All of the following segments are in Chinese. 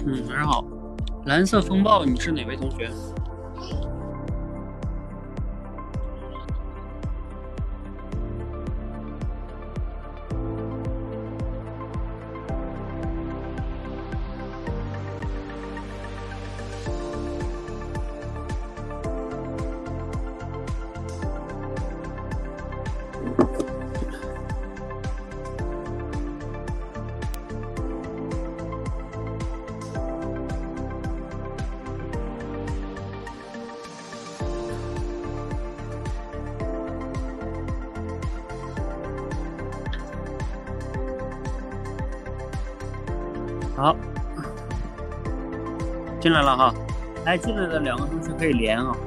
晚上好。蓝色风暴，你是哪位同学？好，进来了哈。哎，进来的两个同学可以连啊。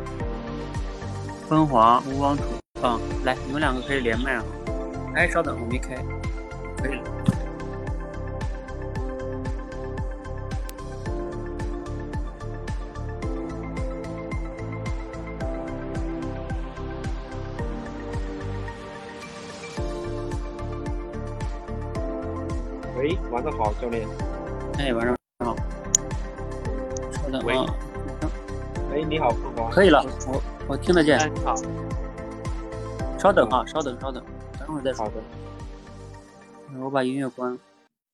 芬华、吴王楚啊，来，你们两个可以连麦啊。哎，稍等，我没开，可以了。 喂，晚上好，教练。 哎，晚上好。稍等喂啊。 哎，你好，凤凰。 可以了，我听得见。 哎，好。 稍等啊，稍等，等会儿再说。 好的。 我把音乐关了。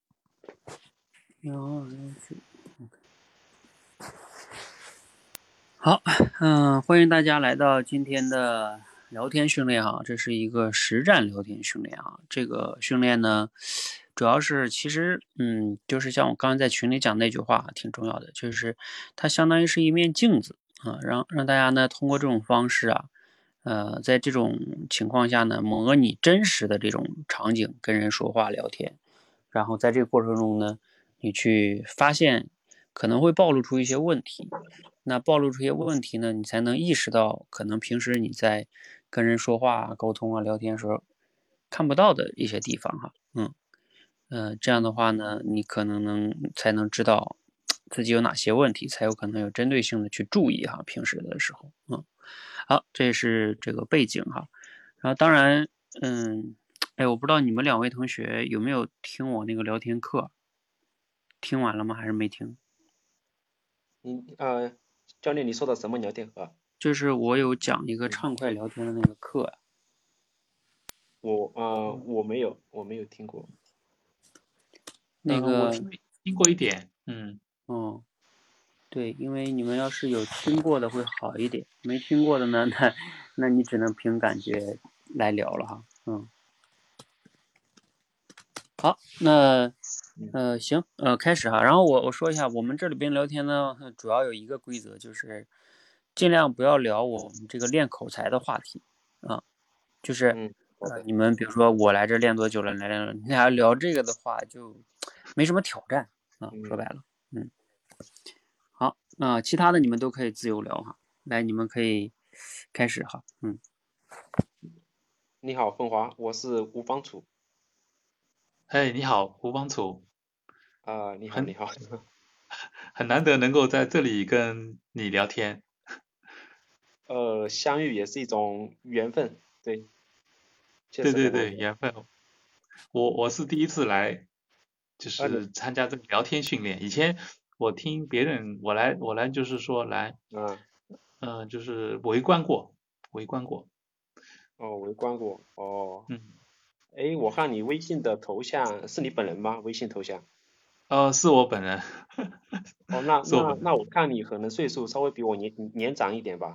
好，欢迎大家来到今天的聊天训练哈，这是一个实战聊天训练啊。这个训练呢，主要是其实就是像我刚才在群里讲那句话挺重要的，就是它相当于是一面镜子啊，让大家呢通过这种方式啊，在这种情况下呢，模拟真实的这种场景跟人说话聊天，然后在这个过程中呢，你去发现可能会暴露出一些问题。那暴露出一些问题呢，你才能意识到可能平时你在跟人说话、沟通啊、聊天的时候看不到的一些地方哈。这样的话呢，你可能才能知道自己有哪些问题，才有可能有针对性的去注意哈。平时的时候，好，这是这个背景哈。然后当然，我不知道你们两位同学有没有听我那个聊天课，听完了吗？还是没听？ 教练，你说的什么聊天课？ 就是我有讲一个畅快聊天的那个课。 我没有听过。 我那个， 听过一点， 对，因为你们要是有听过的会好一点，没听过的呢，那你只能凭感觉来聊了哈。好，那行，开始哈。然后我说一下，我们这里边聊天呢，主要有一个规则，就是尽量不要聊我们这个练口才的话题啊，就是好的。 你们比如说我来这练多久了，来练了，你俩聊这个的话就没什么挑战啊，说白了，好，那其他的你们都可以自由聊哈。来，你们可以开始哈。 你好，凤凰，我是吴方楚。 哎，你好，胡帮楚， 你好， 很你好。 很难得能够在这里跟你聊天。 相遇也是一种缘分，对，确实很难对， 得。 缘分。我是第一次来，就你是参加这个聊天训练。以前我听别人，我来就是说来， 啊。 就是围观过。 围观过哦。 嗯， 哎，我看你微信的头像是你本人吗？微信头像。 是我本人， 哦，那是我本人。 那那我看你可能岁数稍微比我年长一点吧。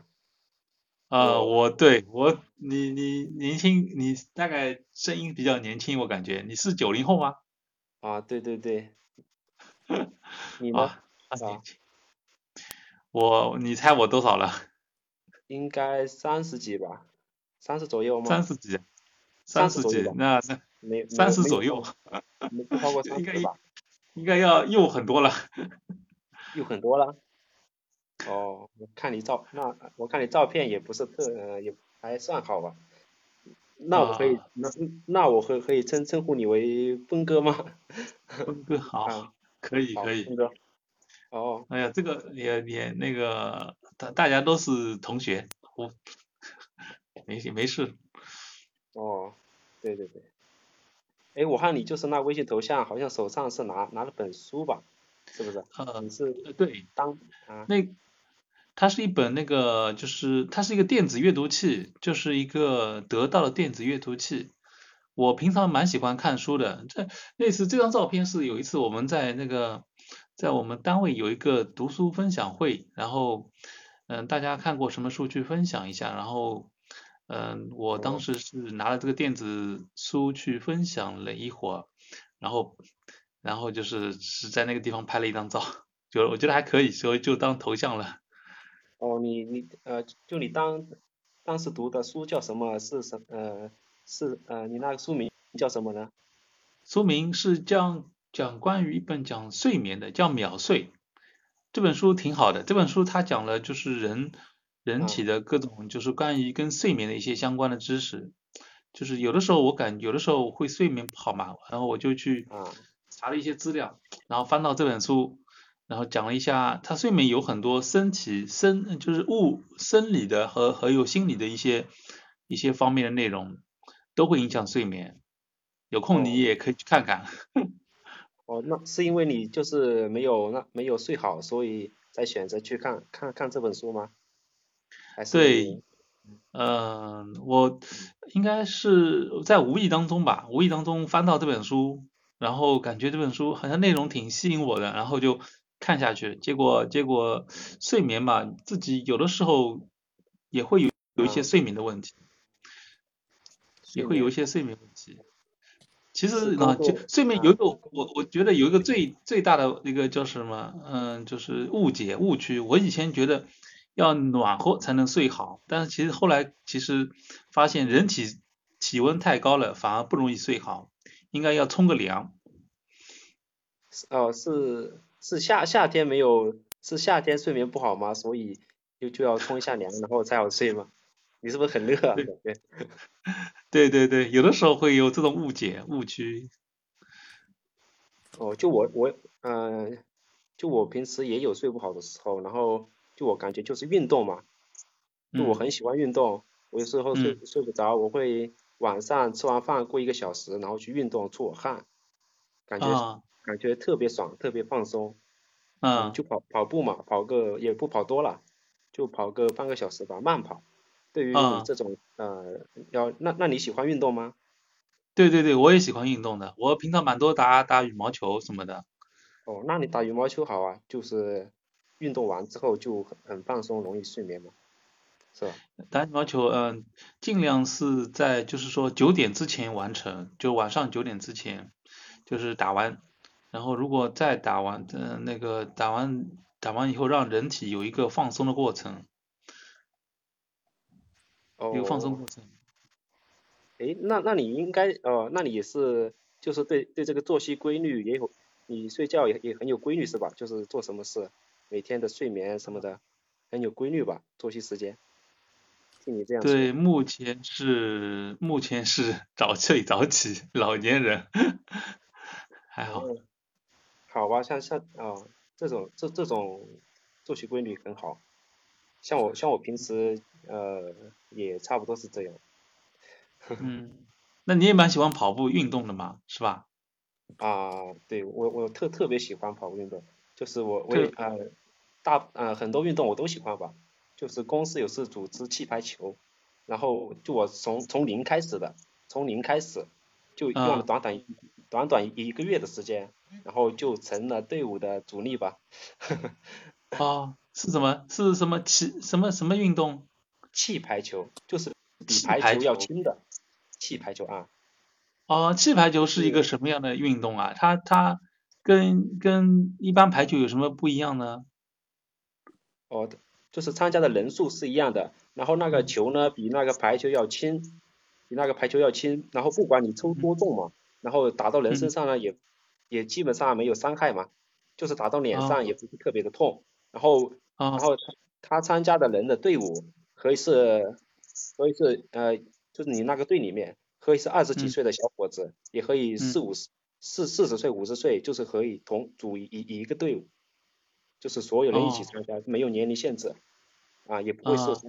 你年轻，你大概声音比较年轻，我感觉你是90后吗？ 对对对。你呢？ 啊，很年啊， 轻。你猜我多少了？ 应该30几吧，30左右吗？ 三十几，三十几， 三十左右吧。 那没没三有没有十左右， 不超过就应该 30吧？ 应该要幼很多了。 又很多了。哦，我看你照片也不是也还算好吧。那我可以啊， 那我可以称呼你为峰哥吗？ 峰哥啊， 好，可以好， 可以。 峰哥。哦。 哎呀，这个也那个，大家都是同学，没事。 哦，对对。哎，我看你就是那微信头像，好像手上是拿了本书吧？ 是不是？ 呃你是对， 当啊那它是一本那个就是它是一个电子阅读器，就是一个得到的电子阅读器。我平常蛮喜欢看书的，类似这张照片是有一次我们在我们单位有一个读书分享会，然后大家看过什么书去分享一下，然后我当哦时是拿了这个电子书去分享了一会儿，然后就是在那个地方拍了一张照，就我觉得还可以，所以就当头像了。 哦，就你当时读的书叫什么？你那个书名叫什么呢？ 书名是讲关于一本讲睡眠的，叫《秒睡》。这本书挺好的，这本书它讲了就是人体啊的各种就是关于跟睡眠的一些相关的知识。就是有的时候有的时候会睡眠不好嘛，然后我就去啊查了一些资料，然后翻到这本书，然后讲了一下它睡眠有很多就是生理的和有心理的一些方面的内容，都会影响睡眠。有空你哦也可以去看看。 哦，那是因为你就是没有睡好，所以才选择去看这本书吗？还对， 是我应该是在无意当中吧，无意当中翻到这本书，然后感觉这本书好像内容挺吸引我的，然后就看下去。结果睡眠嘛，自己有的时候也会有一些啊睡眠的问题，也睡眠会有一些睡眠问题。其是实呢，就工作睡眠有一个， 啊是工我觉得有一个最大的一个叫什么，就是误区。我以前觉得要暖和才能睡好，但是其实后来发现人体温太高了，反而不容易睡好，应该要冲个凉。 是夏天没有是夏天睡眠不好吗？所以就要冲一下凉，然后才好睡吗？你是不是很热啊？ 对感觉对对对，有的时候会有这种误区。 哦，就我平时也有睡不好的时候，然后就我感觉就是运动嘛，就我嗯很喜欢运动，我有时候嗯睡不着，我会晚上吃完饭过1个小时，然后去运动出汗，感觉啊感觉特别爽，特别放松。 啊就跑步嘛，跑个也不跑多了，就跑个半个小时吧，慢跑。对于你啊， 这种那你喜欢运动吗？ 对对对，我也喜欢运动的，我平常蛮多打羽毛球什么的。 哦，那你打羽毛球好啊，就是运动完之后就很放松，容易睡眠嘛，是吧？ 打羽毛球，尽量是在就是说9点之前完成，就晚上9点之前，就是打完，然后如果再打完，那个打完以后，让人体有一个放松的过程，有个放松哦， 过程。 诶，那你应该那你也是就是对这个作息规律也有，你睡觉也很有规律是吧？就是做什么事，每天的睡眠什么的很有规律吧，作息时间，听你这样说。 对，目前是早睡早起，老年人还好。 哦，好吧，这种作息规律很好，像我平时也差不多是这样嗯，那你也蛮喜欢跑步运动的嘛，是吧？ 对我特别喜欢跑步运动，就是我也特很多运动我都喜欢吧，就是公司有次组织气排球，然后就我从零开始的，从零开始就用了啊短1个月的时间，然后就成了队伍的主力吧。 是什么？是什么什么运动？ 气排球就是比气排球要排球。 轻的气排球啊， 气排球是一个是什么样的运动啊？它跟一般排球有什么不一样呢？ 哦，就是参加的人数是一样的，然后那个嗯球呢比那个排球要轻，然后不管你抽嗯多重嘛，然后打到人身嗯上呢也基本上没有伤害嘛，就是打到脸上啊也不是特别的痛，然后啊然后他参加的人的队伍可以是就是你那个队里面可以是20几嗯岁的小伙子，也可以嗯 40岁50岁，就是可以同组一个队伍。就是所有人一起哦参加，没有年龄限制也不会受啊伤。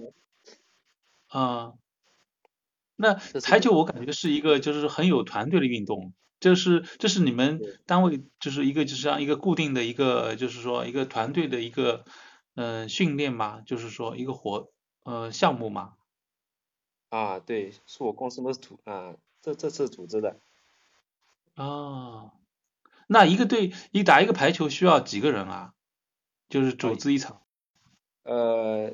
啊，那这是排球我感觉是一个就是很有团队的运动。 这是你们对单位就是一个就是像一个固定的一个就是说一个团队的一个训练嘛，就是说一个项目嘛。 啊，对，是我公司的这次组织的。 哦，那一个队打一个排球需要几个人啊？就是哦， 组织一场。 呃，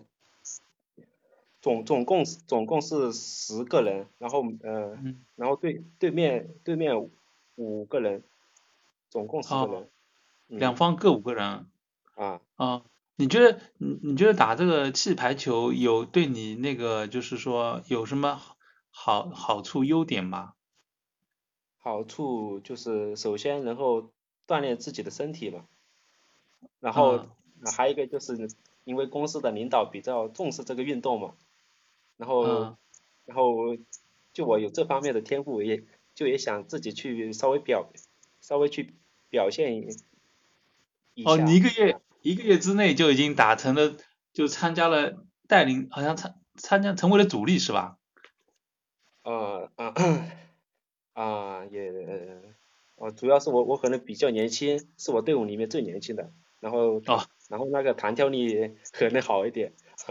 总共是10个人， 嗯。 然后对面5个人，总共十个哦， 人。嗯两方各5个人。 啊。 哦，你觉得打这个气排球有对你那个就是说有什么好处优点吗？ 好处就是首先能够锻炼自己的身体嘛，然后嗯还有一个就是因为公司的领导比较重视这个运动嘛，然后嗯。 然后就我有这方面的天赋，也想自己去稍微去表现一哦，你下啊。 一个月之内就已经打成了，就参加了带领，好像参加成为了主力是吧？ 呃啊也主要是我可能比较年轻，是我队伍里面最年轻的，然后哦。 那个弹跳力可能好一点。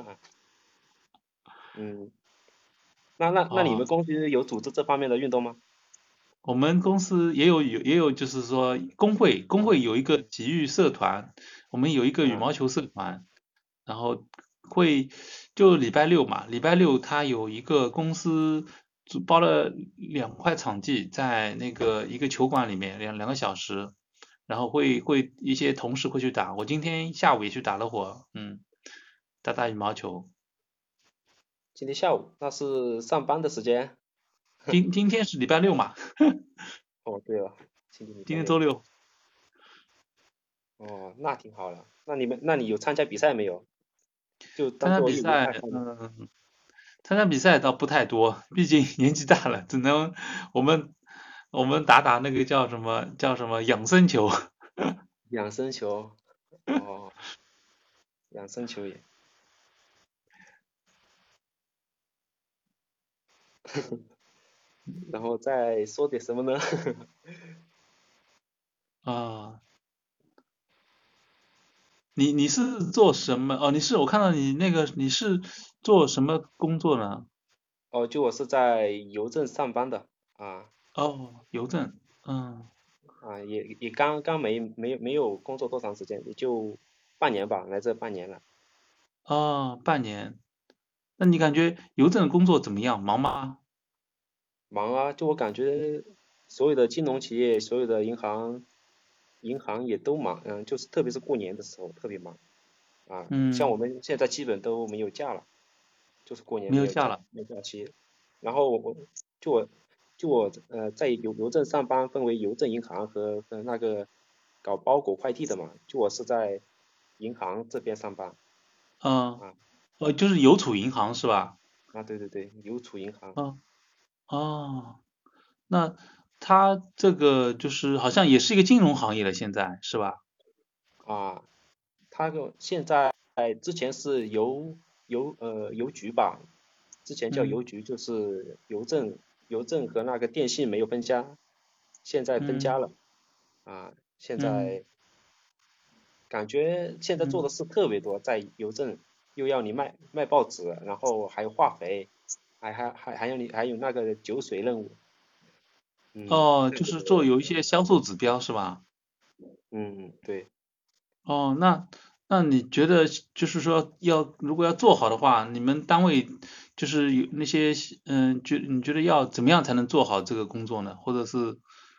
嗯，那你哦， 们公司有组织这方面的运动吗？ 我们公司也有，就是说工会有一个体育社团，我们有一个羽嗯毛球社团，然后会就礼拜六嘛，礼拜六他有一个公司包了2块场地在那个一个球馆里面两个小时，然后会一些同事会去打，我今天下午也去打了会儿，打羽毛球。 今天下午那是上班的时间。 今天是礼拜六嘛， 哦，对了，今天礼拜六。 今天周六。 哦，那挺好的。那你有参加比赛没有？就参当做业余加比赛， 爱好吗？ 参加比赛倒不太多，毕竟年纪大了，只能我们我们打那个叫什么养生球。 养生球。哦，养生球也。然后再说点什么呢？ 啊。你是做什么？哦，我看到你是做什么工作呢？ 哦，就我是在邮政上班的。啊哦，邮政。嗯。 也刚刚没有工作多长时间，也就半年吧，来这半年了。 哦，半年。那你感觉邮政工作怎么样？忙吗？ 忙啊，就我感觉所有的金融企业，所有的银行也都忙。就是特别是过年的时候特别忙。像我嗯。 们现在基本都没有假了，就是过年没有假了。 没有假期。然后就我在邮政上班，分为邮政银行和那个搞包裹快递的嘛，就我是在银行这边上班。 嗯。 啊就是邮储银行是吧？ 对对对，邮储银行。 嗯。哦。那它这个就是好像也是一个金融行业了，现在是吧？ 啊，现在之前是邮局吧，之前叫嗯邮局，就是邮政和那个电信没有分家，现在分家嗯了。现嗯在感觉现在做嗯。 的事特别多，在邮政又要你卖报纸，然后还有化肥，还有那个酒水任务。 哦， 特别就是做多。 有一些销售指标是吧？ 对。 哦，那你觉得就是说如果要做好的话，你们单位就是有那些你觉得要怎么样才能做好这个工作呢？或者是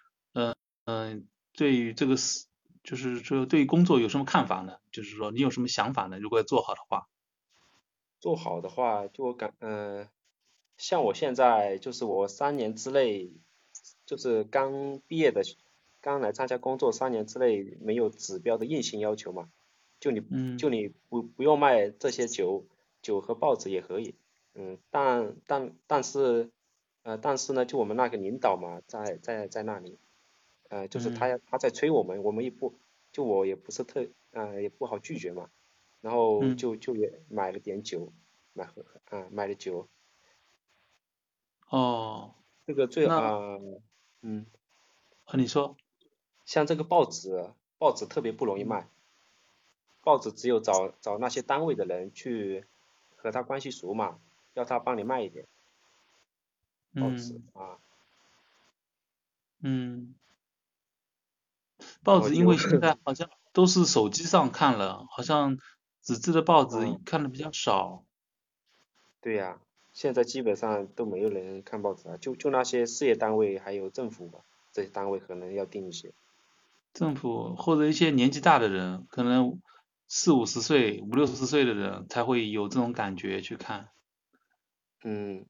对于这个就是说对于工作有什么看法呢？就是说你有什么想法呢？如果要做好的话。 做好的话，像我现在就是我3年之内，就是刚毕业的，刚来参加工作3年之内没有指标的硬性要求嘛，就你嗯不用卖这些酒和报纸也可以。但是呢，就我们那个领导嘛，在那里。就是嗯。 他在催我们，我们我也不是也不好拒绝嘛，然后嗯。 也买了点酒，买了酒。 哦。 这个最那嗯你说。 像这个报纸特别不容易卖，报纸只有找那些单位的人去和他关系熟嘛，要他帮你卖一点报纸嗯啊， 嗯， 然后就报纸因为现在好像都是手机上看了，好像纸质的报纸嗯看的比较少。 对呀、现在基本上都没有人看报纸了，就那些事业单位还有政府吧，这些单位可能要订一些。 政府或者一些年纪大的人，可能40、50岁、50、60岁的人才会有这种感觉去看。 嗯，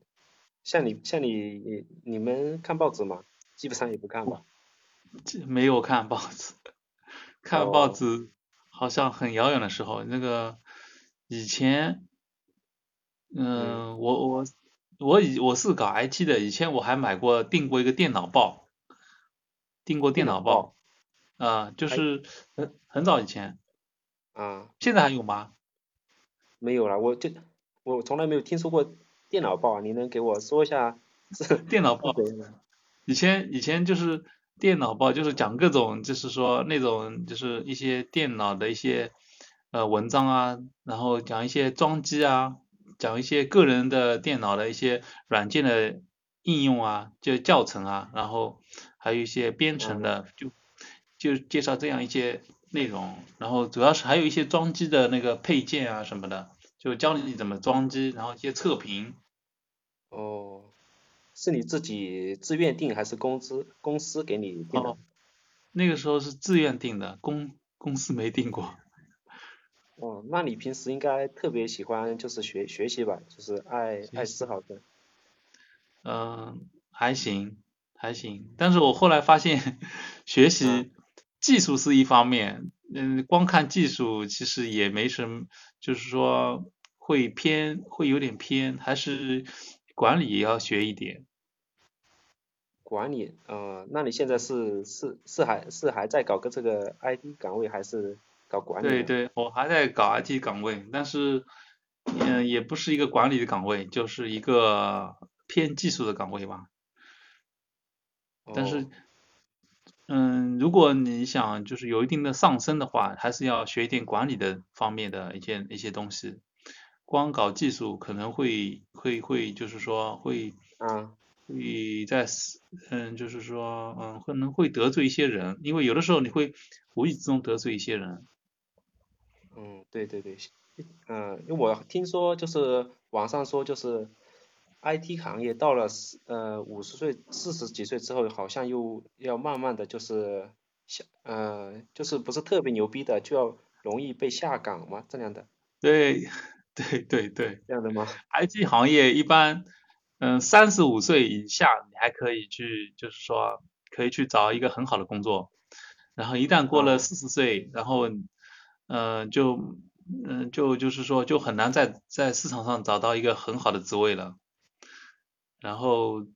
像你们看报纸吗？基本上也不看吧。 这没有看报纸，看报哦， 纸好像很遥远的时候。那个以前， 嗯， 我是搞 IT 的，以前我还订过一个电脑报，订过电脑报。 电脑报就还是很早以前。 啊现在还有吗？ 没有了，我从来没有听说过电脑报，你能给我说一下是电脑报是怎样的？ 以前就是电脑报，就是讲各种，就是说那种就是一些电脑的一些文章啊，然后讲一些装机啊，讲一些个人的电脑的一些软件的应用啊，就教程啊，然后还有一些编程嗯， 的，就介绍这样一些内容，然后主要是还有一些装机的那个配件啊什么的，就教你怎么装机，然后一些测评。 哦，是你自己自愿订还是公司给你订的？ 哦，那个时候是自愿订的，公司没订过。 哦，那你平时应该特别喜欢就是学习吧，就是爱思学习。 考的。 还行还行，但是我后来发现学啊， 习技术是一方面，光看技术其实也没什么，就是说会有点偏，还是管理也要学一点。 管理，那你现在是还在搞个这个 IT 岗位，还是搞管理呢？ 对对，我还在搞 IT 岗位，但是也不是一个管理的岗位，就是一个偏技术的岗位吧。但哦， 是如果你想就是有一定的上升的话，还是要学一点管理的方面的一些东西。光搞技术可能会就是说啊， 会在就是说可能会得罪一些人，因为有的时候你会无意之中得罪一些人。 嗯，对对对，因为我听说就是网上说就是 IT 行业到了50岁、40几岁之后，好像又要慢慢的就是就是不是特别牛逼的，就要容易被下岗嘛，这样的， 对对对对这样的吗？ ，IT 行业一般35岁以下你还可以去就是说可以去找一个很好的工作。然后一旦过了啊， 40岁，然后就就是说就很难在市场上找到一个很好的职位了。然后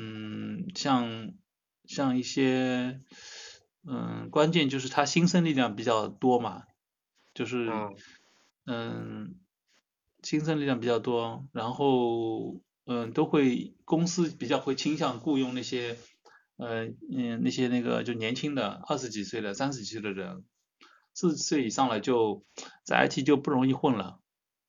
像一些关键就是它新生力量比较多嘛，就是啊， 嗯新生力量比较多，然后都会公司比较会倾向雇佣那些那些那个就年轻的20几岁的30几岁的人，40岁以上了就在 IT 就不容易混了。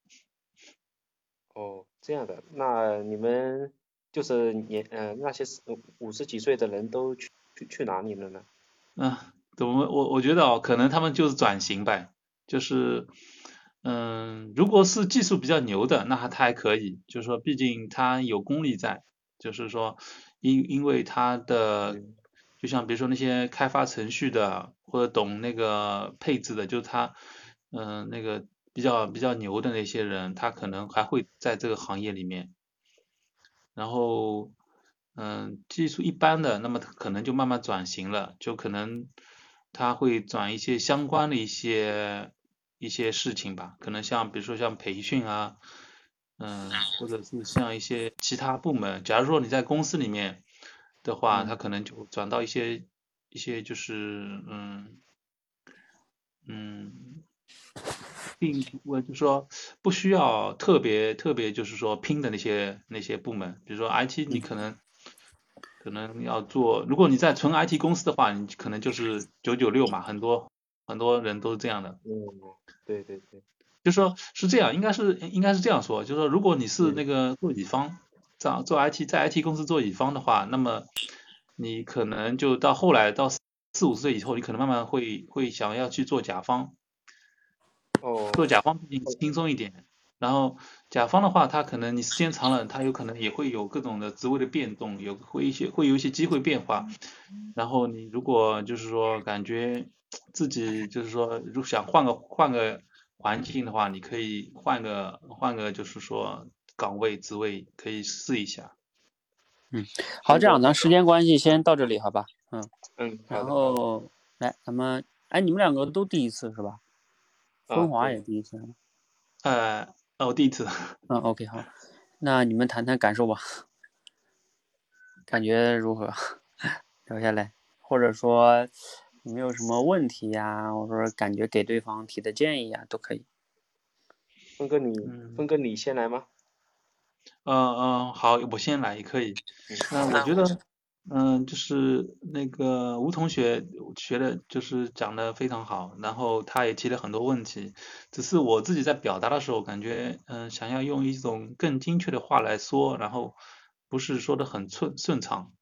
哦，这样的，那你们就是那些50几岁的人都去哪里了呢？ 嗯，怎么我觉得可能他们就是转型呗，就是如果是技术比较牛的，那他还可以，就是说毕竟他有功力在，就是说因为他的嗯， 就像比如说那些开发程序的或者懂那个配置的，就是他那个比较牛的那些人，他可能还会在这个行业里面。然后，技术一般的，那么他可能就慢慢转型了，就可能他会转一些相关的一些事情吧，可能像比如说像培训啊，或者是像一些其他部门，假如说你在公司里面的话，他嗯， 可能就转到一些就是嗯我就说不需要特别特别就是说拼的那些部门，比如说 IT 你可能可能要做，如果你在纯 IT 公司的话，你可能就是996嘛，很多人都是这样的。 对对对， 就说是这样，应该是这样说，就是说如果你是那嗯个做乙方，做 IT 在 IT 公司做乙方的话，那么你可能就到后来到4、5岁以后，你可能慢慢会想要去做甲方，做哦甲方比较轻松一点。然后甲方的话，他可能你时间长了，他有可能也会有各种的职位的变动，会有一些机会变化。然后你如果就是说感觉自己就是说，如果想换个环境的话，你可以换个就是说岗位职位可以试一下。 好，这样， 峰哥， 咱时间关系先到这里，好吧？ 好然的好的， 后来，咱们，哎，你们两个都第一次是吧？风华对， 也第一次。 我第一次。 OK，好，那你们谈谈感受吧，感觉如何？留下来，或者说有没有什么问题呀，或者说感觉给对方提的建议呀，都可以。 嗯峰哥你先来吗？ 好，我先来也可以。那好， 我觉得，就是那个吴同学学的，就是讲的非常好，然后他也提了很多问题，只是我自己在表达的时候，感觉，想要用一种更精确的话来说，然后不是说的很顺畅。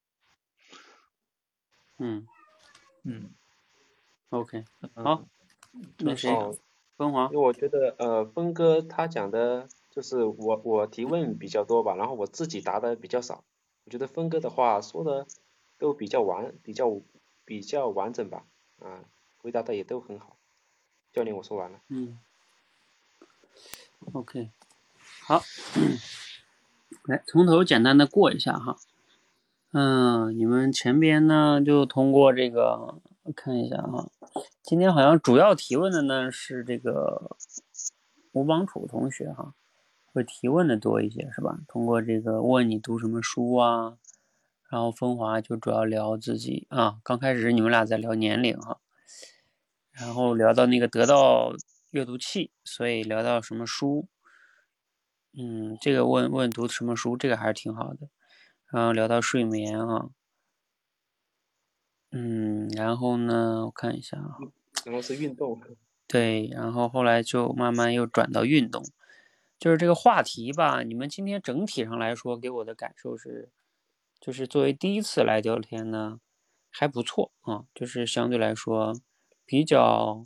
嗯嗯 ，OK，好， 嗯， 那谁， 就是哦， 风华， 因为我觉得峰哥他讲的就是我提问比较多吧，然后我自己答的比较少。我觉得峰哥的话说的都比较完整吧，回答的也都很好。教练我说完了。 OK，好，来从头简单的过一下哈。你们前边呢就通过这个看一下哈，今天好像主要提问的呢是这个吴邦楚同学哈，会提问的多一些是吧？通过这个问你读什么书啊，然后风华就主要聊自己啊，刚开始你们俩在聊年龄哈，然后聊到那个得到阅读器，所以聊到什么书，这个问读什么书，这个还是挺好的。然后聊到睡眠啊，然后呢，我看一下啊， 然后是运动。 对，然后后来就慢慢又转到运动，就是这个话题吧。你们今天整体上来说给我的感受是，就是作为第一次来聊天呢，还不错啊，就是相对来说比较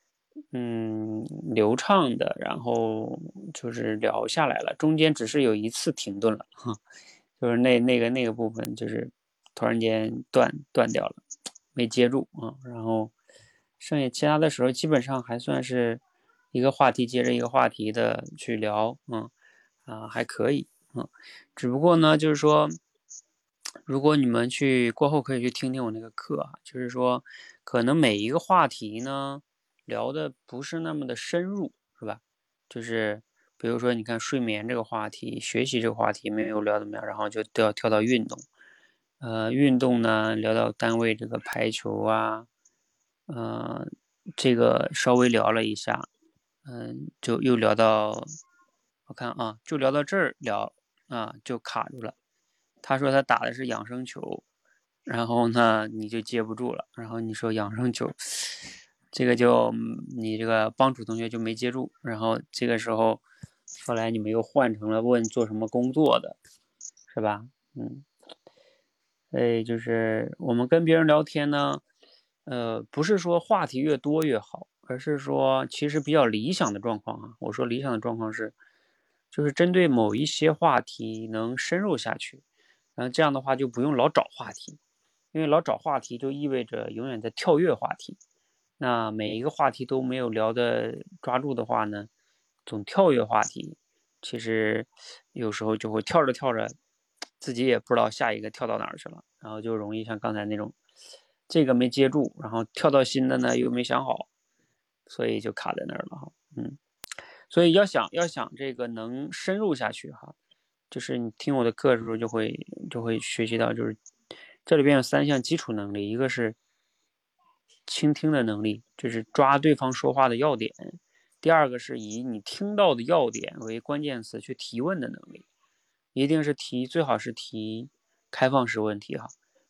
流畅的，然后就是聊下来了，中间只是有一次停顿了哈，就是那个部分就是突然间断掉了，没接住啊，然后剩下其他的时候基本上还算是一个话题接着一个话题的去聊，还可以，只不过呢，就是说，如果你们去过后可以去听听我那个课啊，就是说，可能每一个话题呢聊的不是那么的深入，是吧？就是比如说，你看睡眠这个话题，学习这个话题没有聊怎么样，然后就都要跳到运动，运动呢聊到单位这个排球啊，呃，这个稍微聊了一下，就又聊到，我看啊，就聊到这儿聊啊，就卡住了。他说他打的是养生球，然后呢你就接不住了，然后你说养生球，这个就你这个帮主同学就没接住，然后这个时候后来你们又换成了问做什么工作的，是吧？所以就是我们跟别人聊天呢，不是说话题越多越好，而是说其实比较理想的状况啊。我说理想的状况是，就是针对某一些话题能深入下去，然后这样的话就不用老找话题，因为老找话题就意味着永远在跳跃话题。那每一个话题都没有聊的抓住的话呢，总跳跃话题，其实有时候就会跳着跳着，自己也不知道下一个跳到哪儿去了，然后就容易像刚才那种，这个没接住，然后跳到新的呢又没想好，所以就卡在那儿了哈。所以要想这个能深入下去哈，就是你听我的课的时候就会学习到，就是这里边有3项基础能力，一个是倾听的能力，就是抓对方说话的要点；第二个是以你听到的要点为关键词去提问的能力，一定是最好是提开放式问题哈，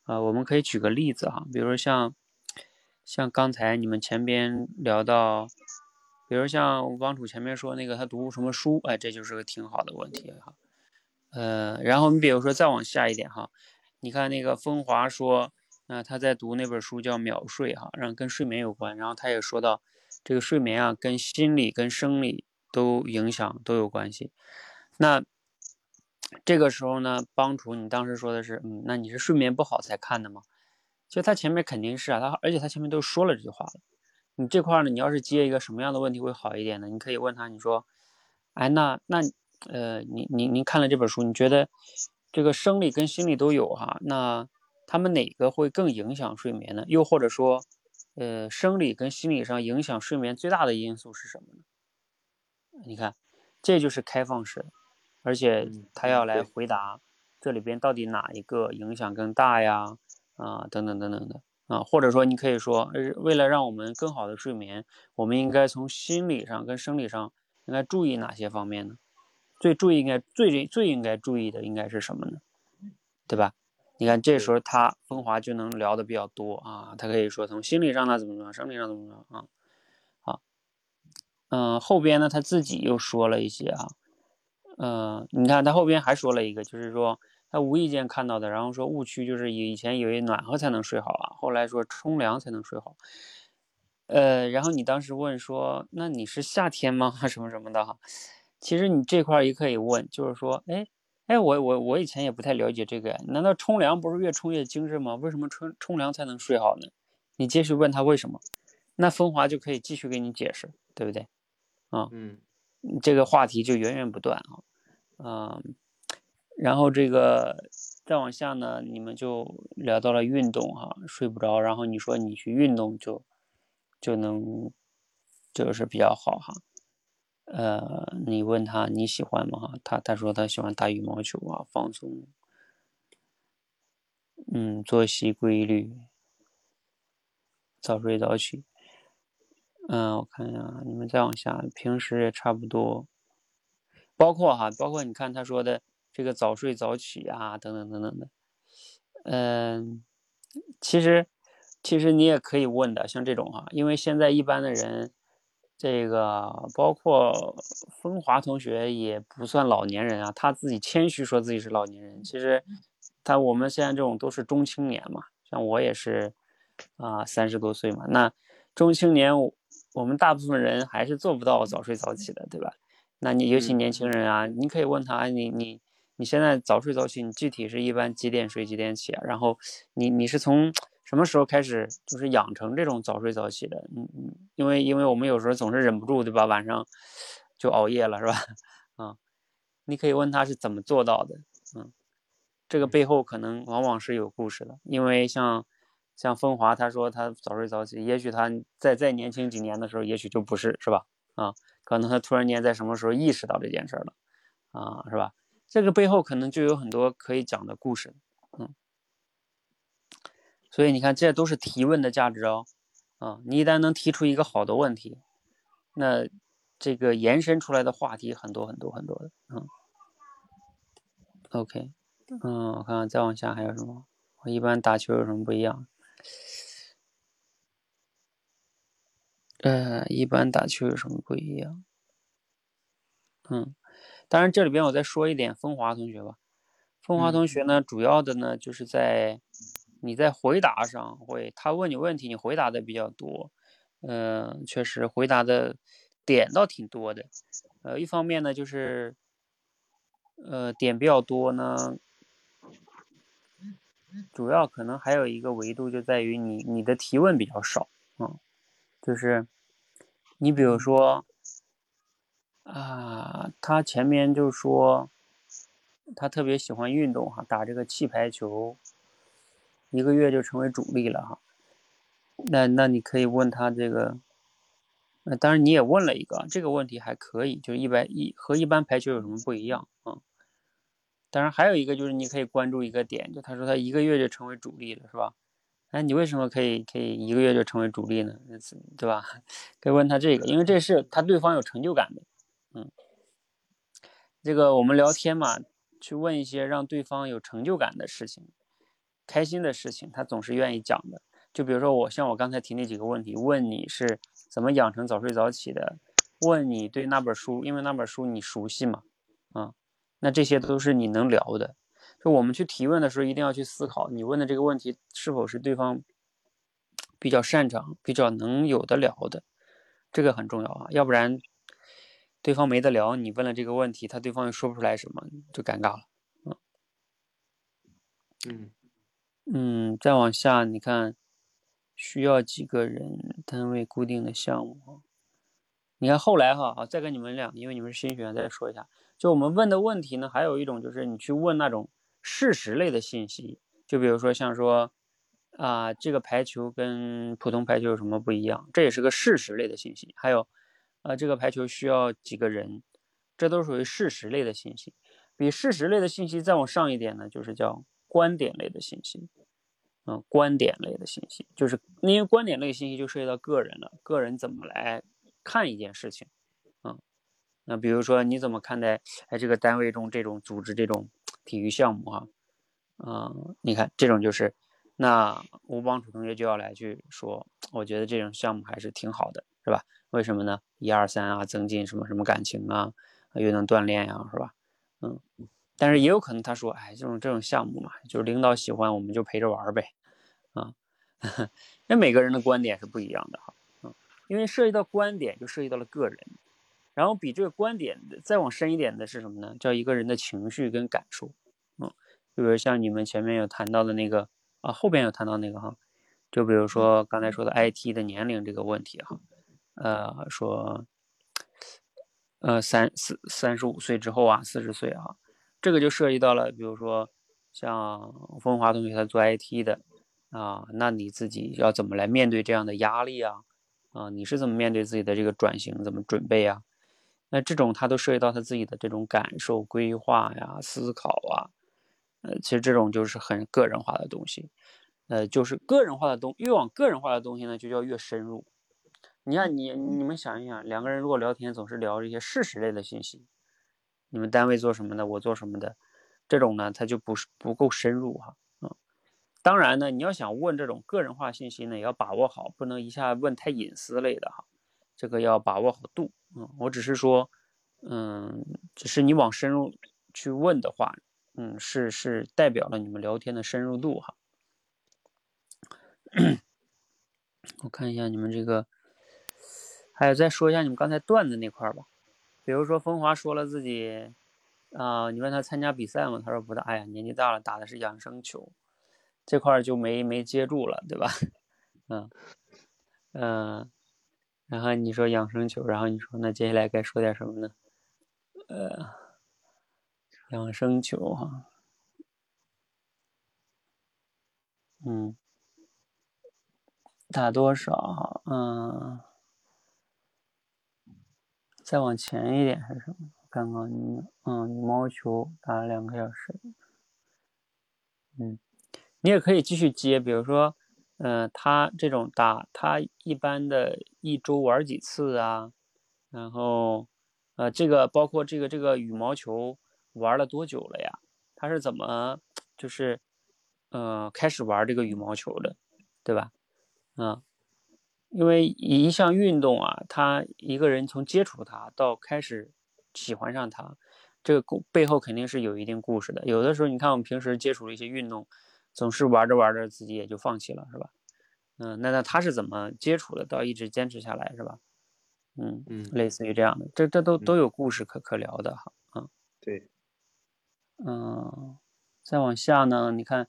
我们可以举个例子哈，比如说像刚才你们前边聊到，比如像王楚前面说那个他读什么书，哎，这就是个挺好的问题哈。然后你比如说再往下一点哈，你看那个风华说，他在读那本书叫《秒睡》哈，跟睡眠有关，然后他也说到这个睡眠啊，跟心理跟生理都影响都有关系。那这个时候呢，帮主你当时说的是，那你是睡眠不好才看的吗？其实他前面肯定是啊，而且他前面都说了这句话了。你这块呢，你要是接一个什么样的问题会好一点呢？你可以问他，你说，哎，您看了这本书，你觉得这个生理跟心理都有哈，那他们哪个会更影响睡眠呢？又或者说，生理跟心理上影响睡眠最大的因素是什么呢？你看，这就是开放式的，而且他要来回答这里边到底哪一个影响更大呀？等等等等的或者说你可以说，为了让我们更好的睡眠，我们应该从心理上跟生理上应该注意哪些方面呢？最应该注意的应该是什么呢？对吧？你看这时候风华就能聊的比较多啊，他可以说从心理上怎么样，生理上怎么样啊。后边呢他自己又说了一些你看他后边还说了一个，就是说他无意间看到的，然后说误区就是以前以为暖和才能睡好啊，后来说冲凉才能睡好。然后你当时问说，那你是夏天吗？什么什么的哈。其实你这块也可以问，就是说，我以前也不太了解这个，难道冲凉不是越冲越精神吗？为什么冲凉才能睡好呢？你继续问他为什么，那风华就可以继续给你解释，对不对？这个话题就源源不断然后这个再往下呢，你们就聊到了运动哈，睡不着，然后你说你去运动就能就是比较好哈。你问他你喜欢吗？他说他喜欢打羽毛球啊，放松，作息规律，早睡早起。我看一下，你们再往下，平时也差不多，包括你看他说的这个早睡早起啊，等等等等的。其实你也可以问的，像这种因为现在一般的人，这个包括风华同学也不算老年人啊，他自己谦虚说自己是老年人，其实我们现在这种都是中青年嘛，像我也是30多岁嘛，那中青年我们大部分人还是做不到早睡早起的，对吧？那你尤其年轻人啊，你可以问他，你现在早睡早起，你具体是一般几点睡几点起啊？然后你是从什么时候开始就是养成这种早睡早起的？因为我们有时候总是忍不住，对吧？晚上就熬夜了，是吧？你可以问他是怎么做到的，这个背后可能往往是有故事的，因为像风华他说他早睡早起，也许他再年轻几年的时候，也许就不是，是吧？可能他突然间在什么时候意识到这件事了是吧？这个背后可能就有很多可以讲的故事，所以你看，这都是提问的价值哦，你一旦能提出一个好的问题，那这个延伸出来的话题很多很多很多的，OK，我看看再往下还有什么？我一般打球有什么不一样？一般打球有什么不一样？当然这里边我再说一点风华同学吧。风华同学呢，主要的呢就是你在回答上他问你问题，你回答的比较多。确实回答的点倒挺多的。一方面呢就是点比较多呢，主要可能还有一个维度就在于你的提问比较少，就是你比如说他前面就说他特别喜欢运动打这个气排球，1个月就成为主力了那你可以问他这个，当然你也问了一个这个问题还可以，就是和一般排球有什么不一样当然还有一个就是你可以关注一个点，就他说他1个月就成为主力了，是吧？你为什么可以1个月就成为主力呢？对吧？可以问他这个，因为这是对方有成就感的。这个我们聊天嘛，去问一些让对方有成就感的事情， 开心的事情，他总是愿意讲的。就比如说像我刚才提那几个问题，问你是怎么养成早睡早起的，问你对那本书，因为那本书你熟悉嘛，那这些都是你能聊的。就我们去提问的时候，一定要去思考你问的这个问题是否是对方比较擅长、比较能有的聊的，这个很重要啊，要不然对方没得聊，你问了这个问题，对方又说不出来什么，就尴尬了。再往下，你看需要几个人，单位固定的项目。你看后来再跟你们俩，因为你们是新学员，再说一下，就我们问的问题呢，还有一种就是你去问那种事实类的信息，就比如说像说这个排球跟普通排球有什么不一样，这也是个事实类的信息。还有这个排球需要几个人，这都属于事实类的信息。比事实类的信息再往上一点呢，就是叫观点类的信息。观点类的信息，就是因为观点类信息就涉及到个人了，个人怎么来看一件事情。那比如说你怎么看待这个单位中这种组织这种体育项目你看这种就是那吴帮主同学就要来去说，我觉得这种项目还是挺好的，是吧？为什么呢？1、2、3增进什么什么感情又能锻炼是吧？但是也有可能他说，这种项目嘛，就是领导喜欢我们就陪着玩呗，那每个人的观点是不一样的因为涉及到观点就涉及到了个人，然后比这个观点再往深一点的是什么呢？叫一个人的情绪跟感受，就比如像你们前面有谈到的那个后边有谈到那个就比如说刚才说的 IT 的年龄这个问题说35岁之后40岁这个就涉及到了，比如说像风华同学他做 IT 的那你自己要怎么来面对这样的压力你是怎么面对自己的这个转型，怎么准备那这种他都涉及到他自己的这种感受、规划思考其实这种就是很个人化的东西，就是个人化的越往个人化的东西呢，就叫越深入。你看你们想一想，两个人如果聊天总是聊一些事实类的信息，你们单位做什么的，我做什么的，这种呢，它就不够深入当然呢，你要想问这种个人化信息呢，也要把握好，不能一下问太隐私类的这个要把握好度。我只是说，只是你往深入去问的话，是代表了你们聊天的深入度我看一下你们这个，还有再说一下你们刚才段子那块吧。比如说风华说了自己你问他参加比赛吗？他说不大，年纪大了，打的是养生球，这块就没接住了，对吧？然后你说养生球，然后你说那接下来该说点什么呢？养生球打多少再往前一点是什么？看看羽毛球打了2个小时。你也可以继续接，比如说他这种他一般的一周玩几次然后这个包括这个羽毛球玩了多久了呀？他是怎么就是开始玩这个羽毛球的，对吧？因为一项运动他一个人从接触它到开始喜欢上它，这个背后肯定是有一定故事的。有的时候你看我们平时接触一些运动，总是玩着玩着自己也就放弃了，是吧？那他是怎么接触的，到一直坚持下来，是吧？类似于这样的，这都有故事可聊的对。 再往下呢，你看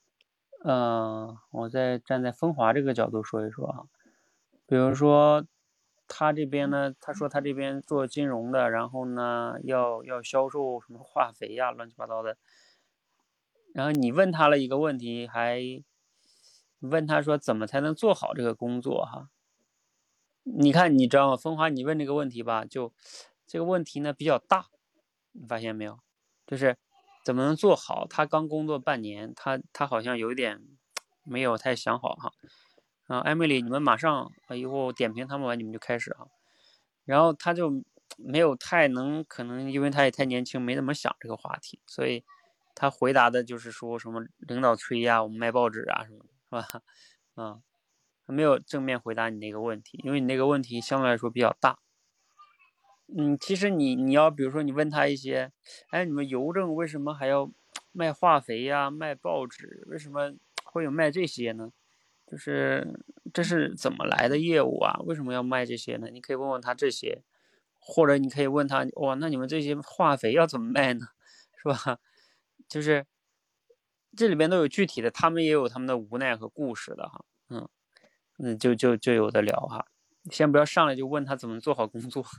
我再站在风华这个角度说一说比如说他这边呢，他说他这边做金融的，然后呢要销售什么化肥乱七八糟的，然后你问他了一个问题，还问他说怎么才能做好这个工作你看你知道吗？风华，你问这个问题吧，就这个问题呢比较大，你发现没有？就是怎么能做好？他刚工作半年，他好像有点没有太想好艾米丽，你们马上一会儿点评他们完，你们就开始然后他就没有可能因为他也太年轻，没怎么想这个话题，所以他回答的就是说什么领导催呀，我们卖报纸啊什么的，是吧？啊，他没有正面回答你那个问题，因为你那个问题相对来说比较大。其实你要比如说你问他一些，哎，你们邮政为什么还要卖化肥呀，卖报纸，为什么会有卖这些呢？就是这是怎么来的业务啊？为什么要卖这些呢？你可以问问他这些，或者你可以问他，哇，那你们这些化肥要怎么卖呢？是吧？就是这里边都有具体的，他们也有他们的无奈和故事的哈，就有的聊哈。先不要上来就问他怎么做好工作，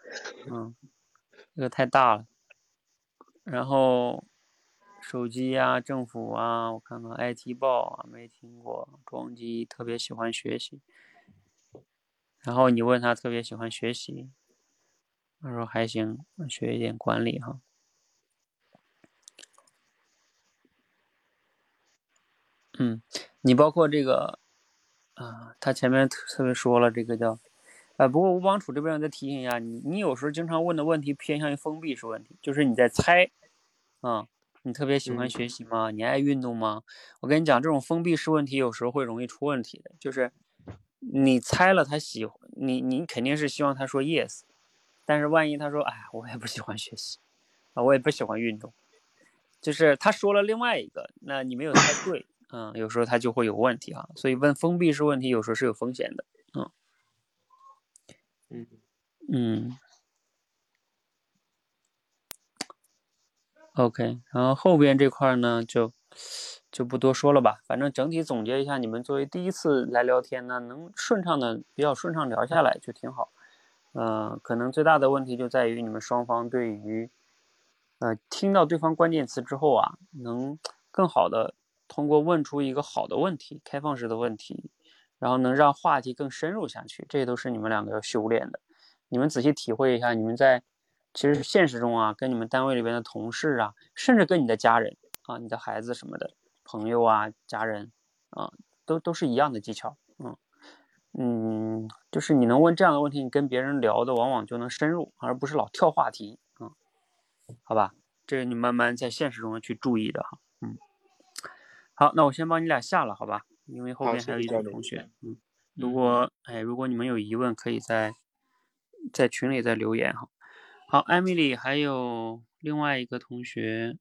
这个太大了。然后手机啊，政府啊，我看看 IT 报啊，没听过。装机特别喜欢学习，然后你问他特别喜欢学习，他说还行，学一点管理哈。你包括这个他前面特别说了这个叫不过吴帮主这边再提醒一下你有时候经常问的问题偏向于封闭式问题，就是你在猜你特别喜欢学习吗？你爱运动吗？我跟你讲，这种封闭式问题有时候会容易出问题的，就是你猜了他喜欢你肯定是希望他说 yes， 但是万一他说哎我也不喜欢学习我也不喜欢运动，就是他说了另外一个，那你没有猜对有时候他就会有问题所以问封闭式问题有时候是有风险的OK，然后后边这块呢就不多说了吧，反正整体总结一下，你们作为第一次来聊天呢，能比较顺畅聊下来就挺好。可能最大的问题就在于你们双方对于听到对方关键词之后能更好的通过问出一个好的问题，开放式的问题，然后能让话题更深入下去，这都是你们两个要修炼的。你们仔细体会一下，你们在其实现实中跟你们单位里边的同事甚至跟你的家人你的孩子什么的朋友家人都是一样的技巧。就是你能问这样的问题，你跟别人聊的往往就能深入，而不是老跳话题好吧？这个你慢慢在现实中去注意的哈。好，那我先帮你俩下了，好吧？因为后边还有一组同学。如果你们有疑问，可以在群里再留言哈。好，艾米丽还有另外一个同学，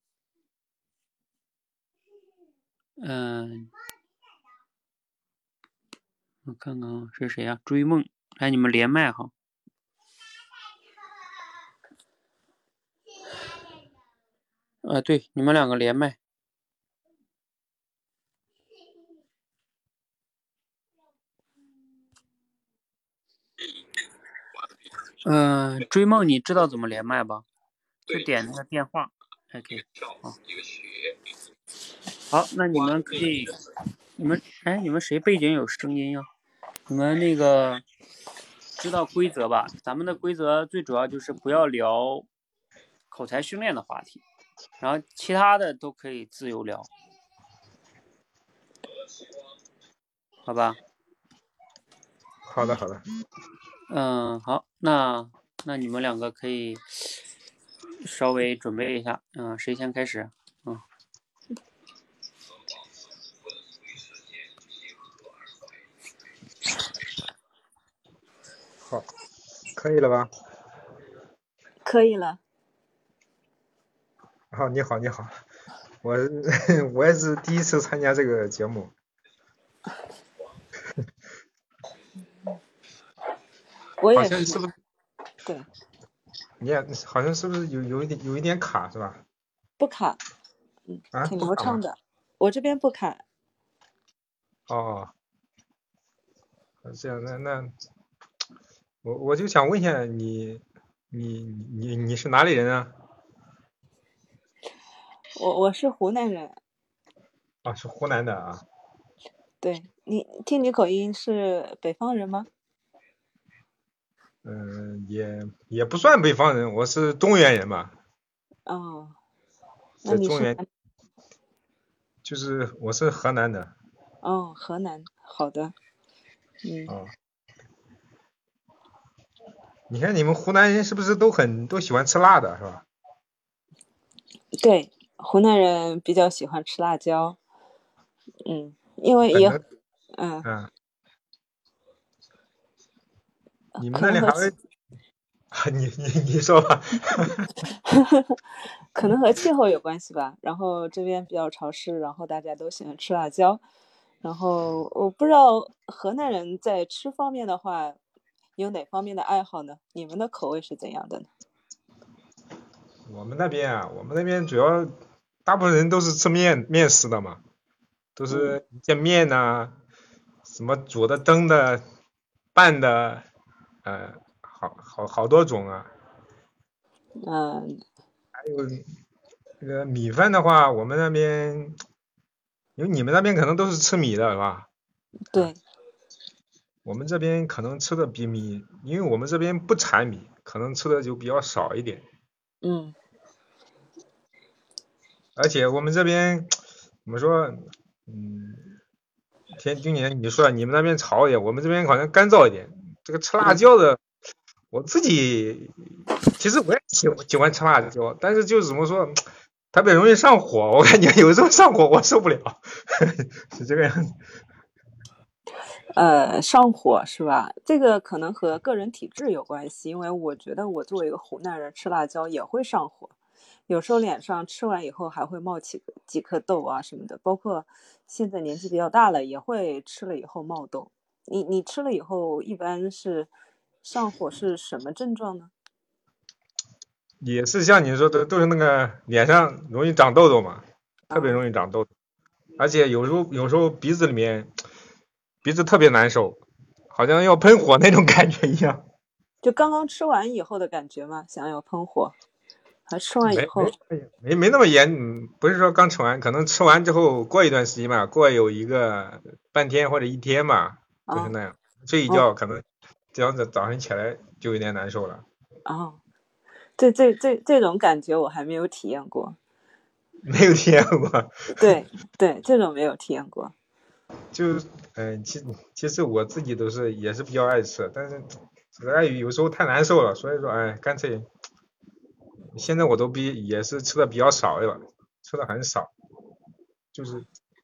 我看看是谁呀？追梦，来你们连麦哈。对，你们两个连麦。追梦，你知道怎么连麦吧？就点那个电话。OK， 好，那你们可以，你们谁背景有声音呀？你们那个知道规则吧？咱们的规则最主要就是不要聊口才训练的话题，然后其他的都可以自由聊，好吧？ 好的，好的。 好，那你们两个可以稍微准备一下，谁先开始？ 好，可以了吧？ 可以了。 好，你好，你好，我也是第一次参加这个节目。 我也好像是不是？ 对。 你也好像是不是有一点卡是吧？ 不卡，挺流畅的。我这边不卡。 哦，这样那我就想问一下你是哪里人啊？ 我是湖南人。 是湖南的啊。 对，听你口音是北方人吗？ 也不算北方人，我是中原人吧。 哦，那你中原，就是我是河南的。 哦，河南，好的。 你看你们湖南人是不是都喜欢吃辣的，是吧？ 对， 湖南人比较喜欢吃辣椒，因为也， 可能， 嗯， 嗯，你们可能和那里还会，你说吧。 可能和气候有关系吧。然后这边比较潮湿，然后大家都喜欢吃辣椒。然后我不知道河南人在吃方面的话，有哪方面的爱好呢？你们的口味是怎样的呢？ 我们那边主要大部分人都是吃面食的嘛，都是见面呐、什么煮的、蒸的、拌的，好多种啊。 嗯， 还有那个米饭的话，我们那边，因为你们那边可能都是吃米的，是吧？啊， 对， 我们这边可能吃的比米，因为我们这边不产米，可能吃的就比较少一点。 嗯而且我们这边怎么说，嗯，今年你说你们那边潮一点，我们这边好像干燥一点。这个吃辣嗯， 椒的，我自己其实我也喜欢吃辣椒，但是就是怎么说，特别容易上火，我感觉有时候上火我受不了，是这个样子。 上火是吧？这个可能和个人体质有关系，因为我觉得我作为一个湖南人，吃辣椒也会上火，有时候脸上吃完以后还会冒几颗痘啊什么的，包括现在年纪比较大了，也会吃了以后冒痘。你吃了以后一般是上火是什么症状呢？ 也是像你说的，都是那个脸上容易长痘痘嘛，特别啊， 容易长痘痘，而且有时候鼻子特别难受，好像要喷火那种感觉一样。 就刚刚吃完以后的感觉吗？想要喷火，还吃完以没后？ 没没那么严，不是说刚吃完，可能吃完之后过一段时间吧，过有一个半天或者一天吧，就是啊， 那样。睡一哦觉可能这样子早上起来就有点难受了。 哦，这种感觉我还没有体验过。 没有体验过。 对对，这种没有体验过。 就其实我自己也是比较爱吃，但是只碍于有时候太难受了，所以说干脆现在我都也是吃的比较少了，吃的很少，就是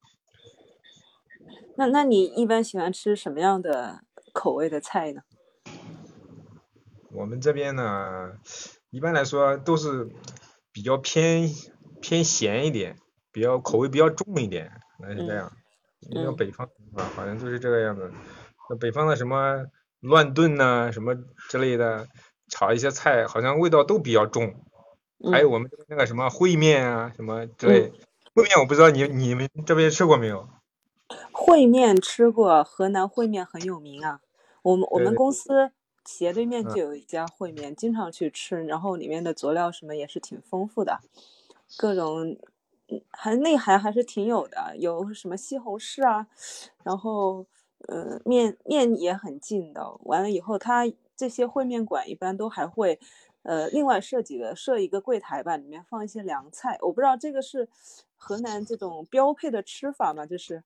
那你一般喜欢吃什么样的口味的菜呢？ 我们这边呢，一般来说都是比较偏咸一点，口味比较重一点，那是这嗯样。因为嗯北方啊，好像就是这个样子。那北方的什么乱炖呐、什么之类的，炒一些菜，好像味道都比较重。还有嗯我们这边那个什么烩面啊，什么之嗯， 类。烩面我不知道你们这边吃过没有？ 烩面吃过，河南烩面很有名啊。我们对对， 公司斜对面嗯， 就有一家烩面，经常去吃，然后里面的佐料什么也是挺丰富的，各种还内涵还是挺有的，有什么西红柿啊，然后面也很劲道。完了以后，它这些烩面馆一般都还会另外设一个柜台吧，里面放一些凉菜。我不知道这个是河南这种标配的吃法吗？就是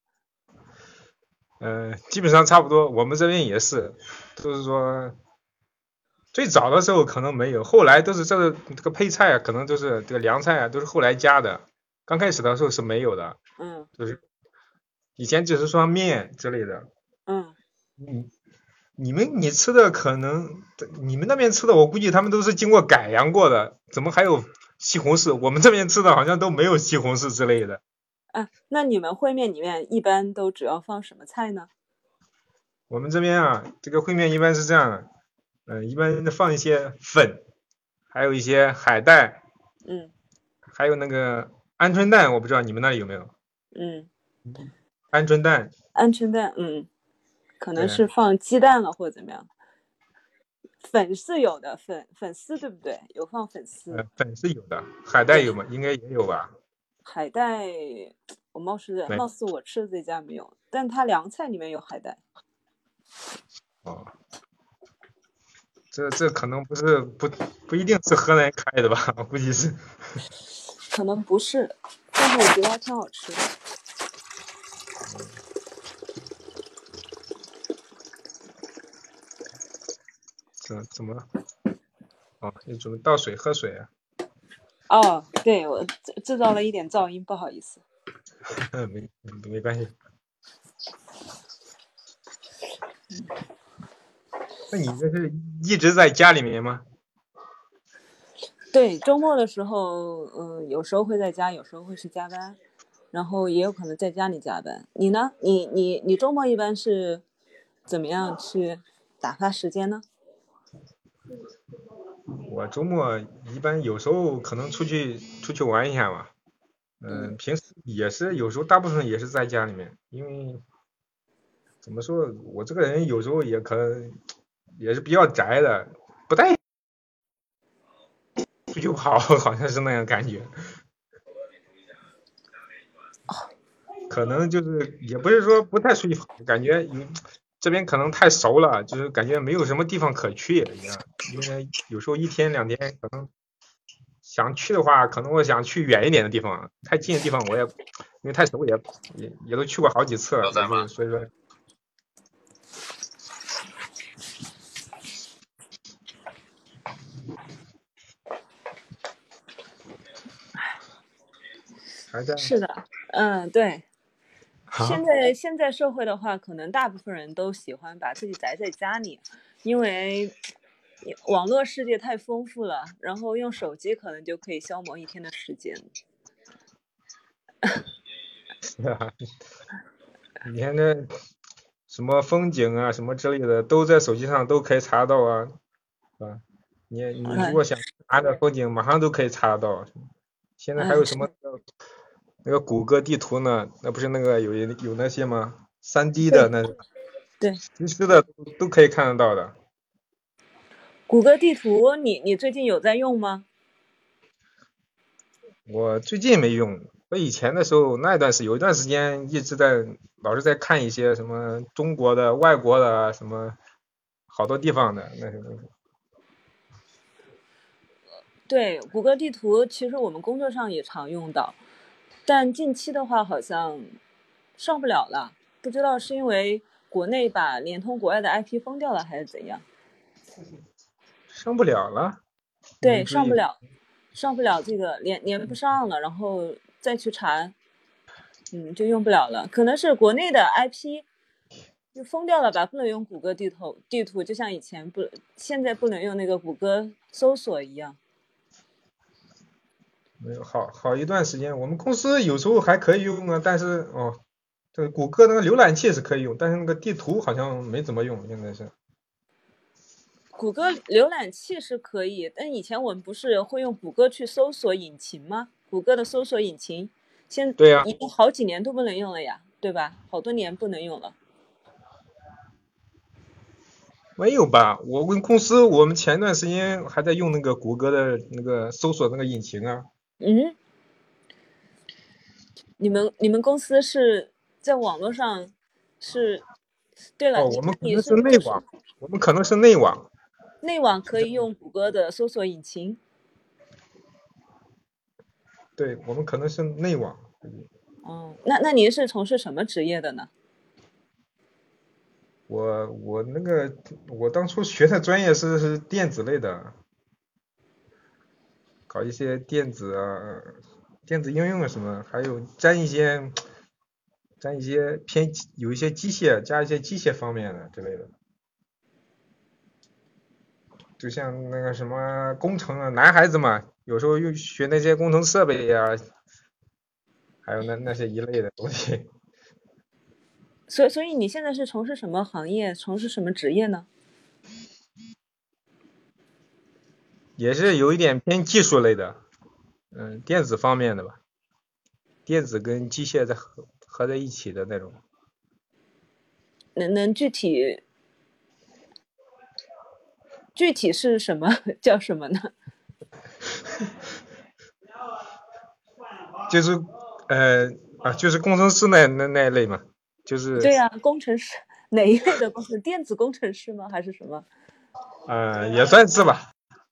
基本上差不多，我们这边也是，都是说最早的时候可能没有，后来都是这个配菜啊，可能都是这个凉菜啊，都是后来加的。刚开始的时候是没有的， 嗯就是以前只是说面之类的。 嗯。 你你吃的可能你们那边吃的，我估计他们都是经过改良过的，怎么还有西红柿？我们这边吃的好像都没有西红柿之类的。 啊，那你们烩面里面一般都主要放什么菜呢？ 我们这边啊，这个烩面一般是这样的，一般放一些粉，还有一些海带， 嗯还有那个鹌鹑蛋，我不知道你们那里有没有嗯， 鹌鹑蛋？ 鹌鹑蛋，可能对， 是放鸡蛋了或者怎么样。粉是有的，粉丝对不对？有放粉丝。 粉是有的，海带对， 有吗？应该也有吧？ 海带，我没， 貌似我吃的这家没有，但它凉菜里面有海带。 哦，这可能不一定是河南开的吧？我估计是。 可能不是，但是我觉得还挺好吃的。 怎么？哦，你准备倒水喝水啊？ 哦，对，我制造了一点噪音，不好意思。 没关系。那你这是一直在家里面吗？ 对，周末的时候，有时候会在家，有时候会是加班，然后也有可能在家里加班。你呢？你周末一般是怎么样去打发时间呢？ 我周末一般有时候可能出去玩一下嘛。平时也是有时候大部分也是在家里面，因为怎么说，我这个人有时候也可能也是比较宅的，不太出去跑，好像是那样感觉。可能就是也不是说不太出去跑，感觉这边可能太熟了，就是感觉没有什么地方可去一样。因为有时候一天两天可能想去的话，可能我想去远一点的地方，太近的地方我也因为太熟也都去过好几次了，所以说。还在是的，对。 啊， 现在社会的话，可能大部分人都喜欢把自己宅在家里，因为网络世界太丰富了，然后用手机可能就可以消磨一天的时间。 你看这什么风景啊，什么之类的，都在手机上都可以查得到啊，是吧？你如果想查的风景，马上都可以查得到。现在还有什么那个谷歌地图呢？那不是那个有那些吗？3D 的那对， 实时的都可以看得到的。 谷歌地图你最近有在用吗？ 我最近没用，我以前的时候有一段时间老是在看一些什么中国的、外国的什么好多地方的那些东西。 对，谷歌地图其实我们工作上也常用到，但近期的话好像上不了了，不知道是因为国内把联通国外的 IP 封掉了，还是怎样？ 上不了了，没对， 注意。 上不了这个连不上了，然后再去查，就用不了了。可能是国内的 IP 就封掉了吧，不能用谷歌地图，就像以前现在不能用那个谷歌搜索一样。 没有好一段时间，我们公司有时候还可以用啊，但是这个谷歌那个浏览器是可以用，但是那个地图好像没怎么用，现在是。 谷歌浏览器是可以，但以前我们不是会用谷歌去搜索引擎吗？谷歌的搜索引擎对呀， 已经好几年都不能用了呀，对吧？好多年不能用了。 没有吧？我们前段时间还在用那个谷歌的那个搜索那个引擎啊。 嗯，你们公司是在网络上是？对了， 我们可能你是是内网，我们可能是内网。 内网可以用谷歌的搜索引擎？ 对，我们可能是内网。 哦，那您是从事什么职业的呢？ 我当初学的专业是电子类的，搞一些电子啊、电子应用啊什么，还有沾一些有一些机械，加一些机械方面的之类的，就像那个什么工程啊，男孩子嘛，有时候又学那些工程设备呀、还有那些一类的东西， 所以你现在是从事什么行业，从事什么职业呢？ 也是有一点偏技术类的，电子方面的吧，电子跟机械合在一起的那种。 能具体是什么叫什么呢？ 就是就是工程师那一类嘛，就是对呀，工程师哪一类的工程？电子工程师吗？还是什么？ 也算是吧。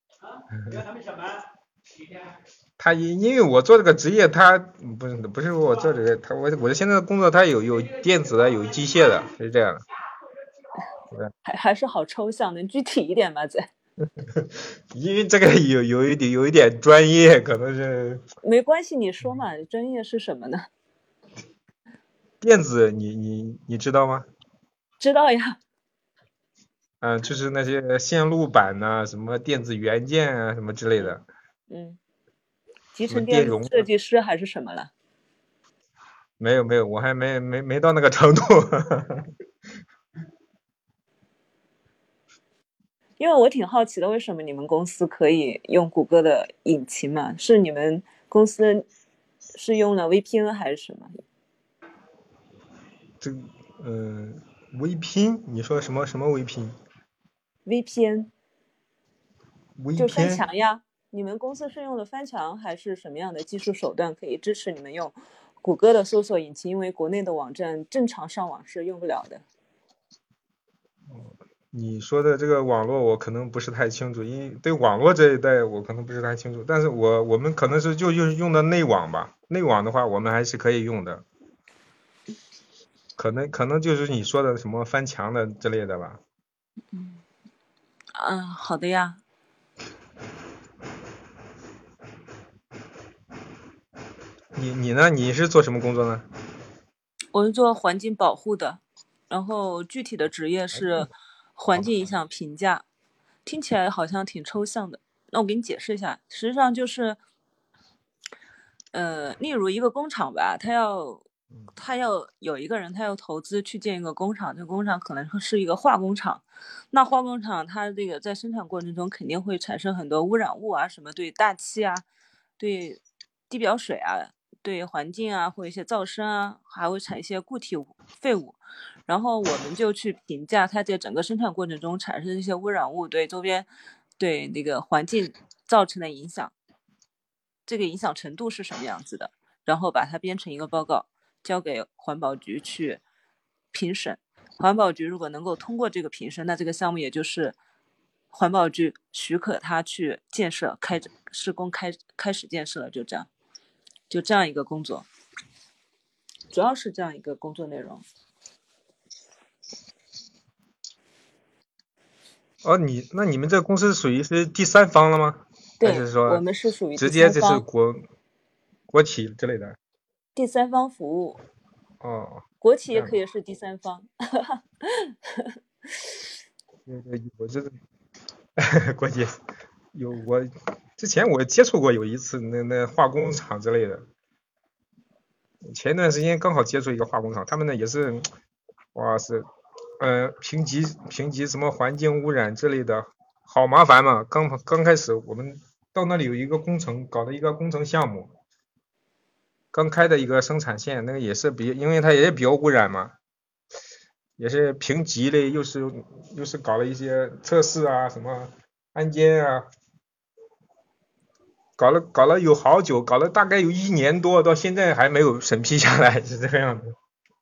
因为我做这个职业，他不是我做这个，我现在的工作，它有电子的，有机械的，是这样的。 还是好抽象，能具体一点吗？ 因为这个有一点专业，可能是没关系，你说嘛，专业是什么呢？ 电子，你知道吗？ 知道呀。 就是那些线路板呐、什么电子元件啊，什么之类的， 嗯，集什么成电路电容啊。 设计师还是什么了？ 没有，我还没到那个程度。 因为我挺好奇的，为什么你们公司可以用谷歌的引擎嘛？是你们公司是用了 VPN 还是什么这微拼，你说什么微拼？ ？VPN 就翻微偏墙呀？你们公司是用的翻墙还是什么样的技术手段可以支持你们用谷歌的搜索引擎？因为国内的网站正常上网是用不了的。 你说的这个网络我可能不是太清楚，因为对网络这一带我可能不是太清楚，但是我们可能是用的内网吧，内网的话我们还是可以用的，可能就是你说的什么翻墙的之类的吧。 好的呀。 你呢？你是做什么工作呢？ 我是做环境保护的，然后具体的职业是环境影响评价，听起来好像挺抽象的。那我给你解释一下，实际上就是，例如一个工厂吧，他要有一个人，他要投资去建一个工厂，这个工厂可能是一个化工厂，那化工厂它这个在生产过程中肯定会产生很多污染物啊，什么对大气啊，对地表水啊，对环境啊，或者一些噪声啊，还会产一些固体废物，然后我们就去评价它在整个生产过程中产生的一些污染物对周边对那个环境造成的影响，这个影响程度是什么样子的，然后把它编成一个报告，交给环保局去评审。环保局如果能够通过这个评审，那这个项目也就是环保局许可他去建设、施工、开始建设了，就这样一个工作，主要是这样一个工作内容。 那你们这个公司属于是第三方了吗？还对， 是说我们是属于第直接就是三方， 国企之类的？ 第三方服务， 哦， 国企这样的。 也可以是第三方。 对，我这国企我之前我接触过有一次那化工厂之类的，前一段时间刚好接触一个化工厂，他们呢也是，哇塞，评级什么环境污染之类的，好麻烦嘛。刚开始我们到那里有一个工程，搞的一个工程项目，刚开的一个生产线，那个也是因为它也是比较污染嘛，也是评级类，又是搞了一些测试啊，什么安监啊，搞了有好久，搞了大概有1年多，到现在还没有审批下来，是这个样子。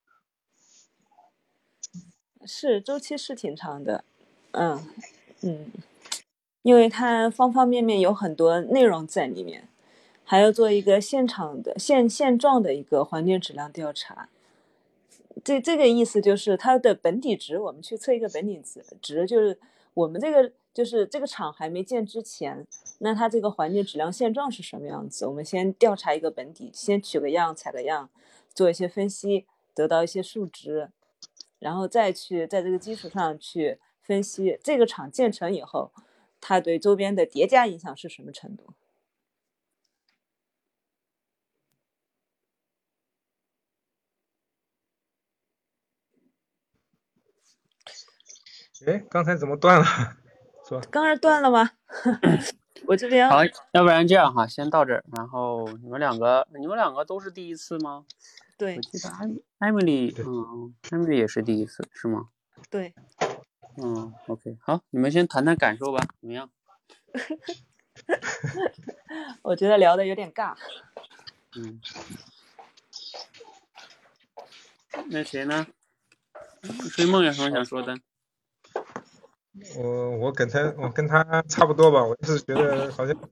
是周期是挺长的，嗯嗯，因为它方方面面有很多内容在里面，还要做一个现场的现状的一个环境质量调查。这个意思就是它的本底值，我们去测一个本底值，就是我们这个就是这个厂还没建之前，那它这个环境质量现状是什么样子？我们先调查一个本底，先取个样，采个样，做一些分析，得到一些数值，然后再去在这个基础上去分析这个厂建成以后，它对周边的叠加影响是什么程度。 哎，刚才怎么断了？说刚才断了吗？我这边好，要不然这样哈，先到这儿。然后你们两个都是第一次吗？ 对我记得艾米丽也是第一次，是吗？ 对， OK，好，你们先谈谈感受吧，怎么样？ 我觉得聊的有点尬。 那谁呢？追梦有什么想说的？ 我跟他差不多吧，我就是觉得好像，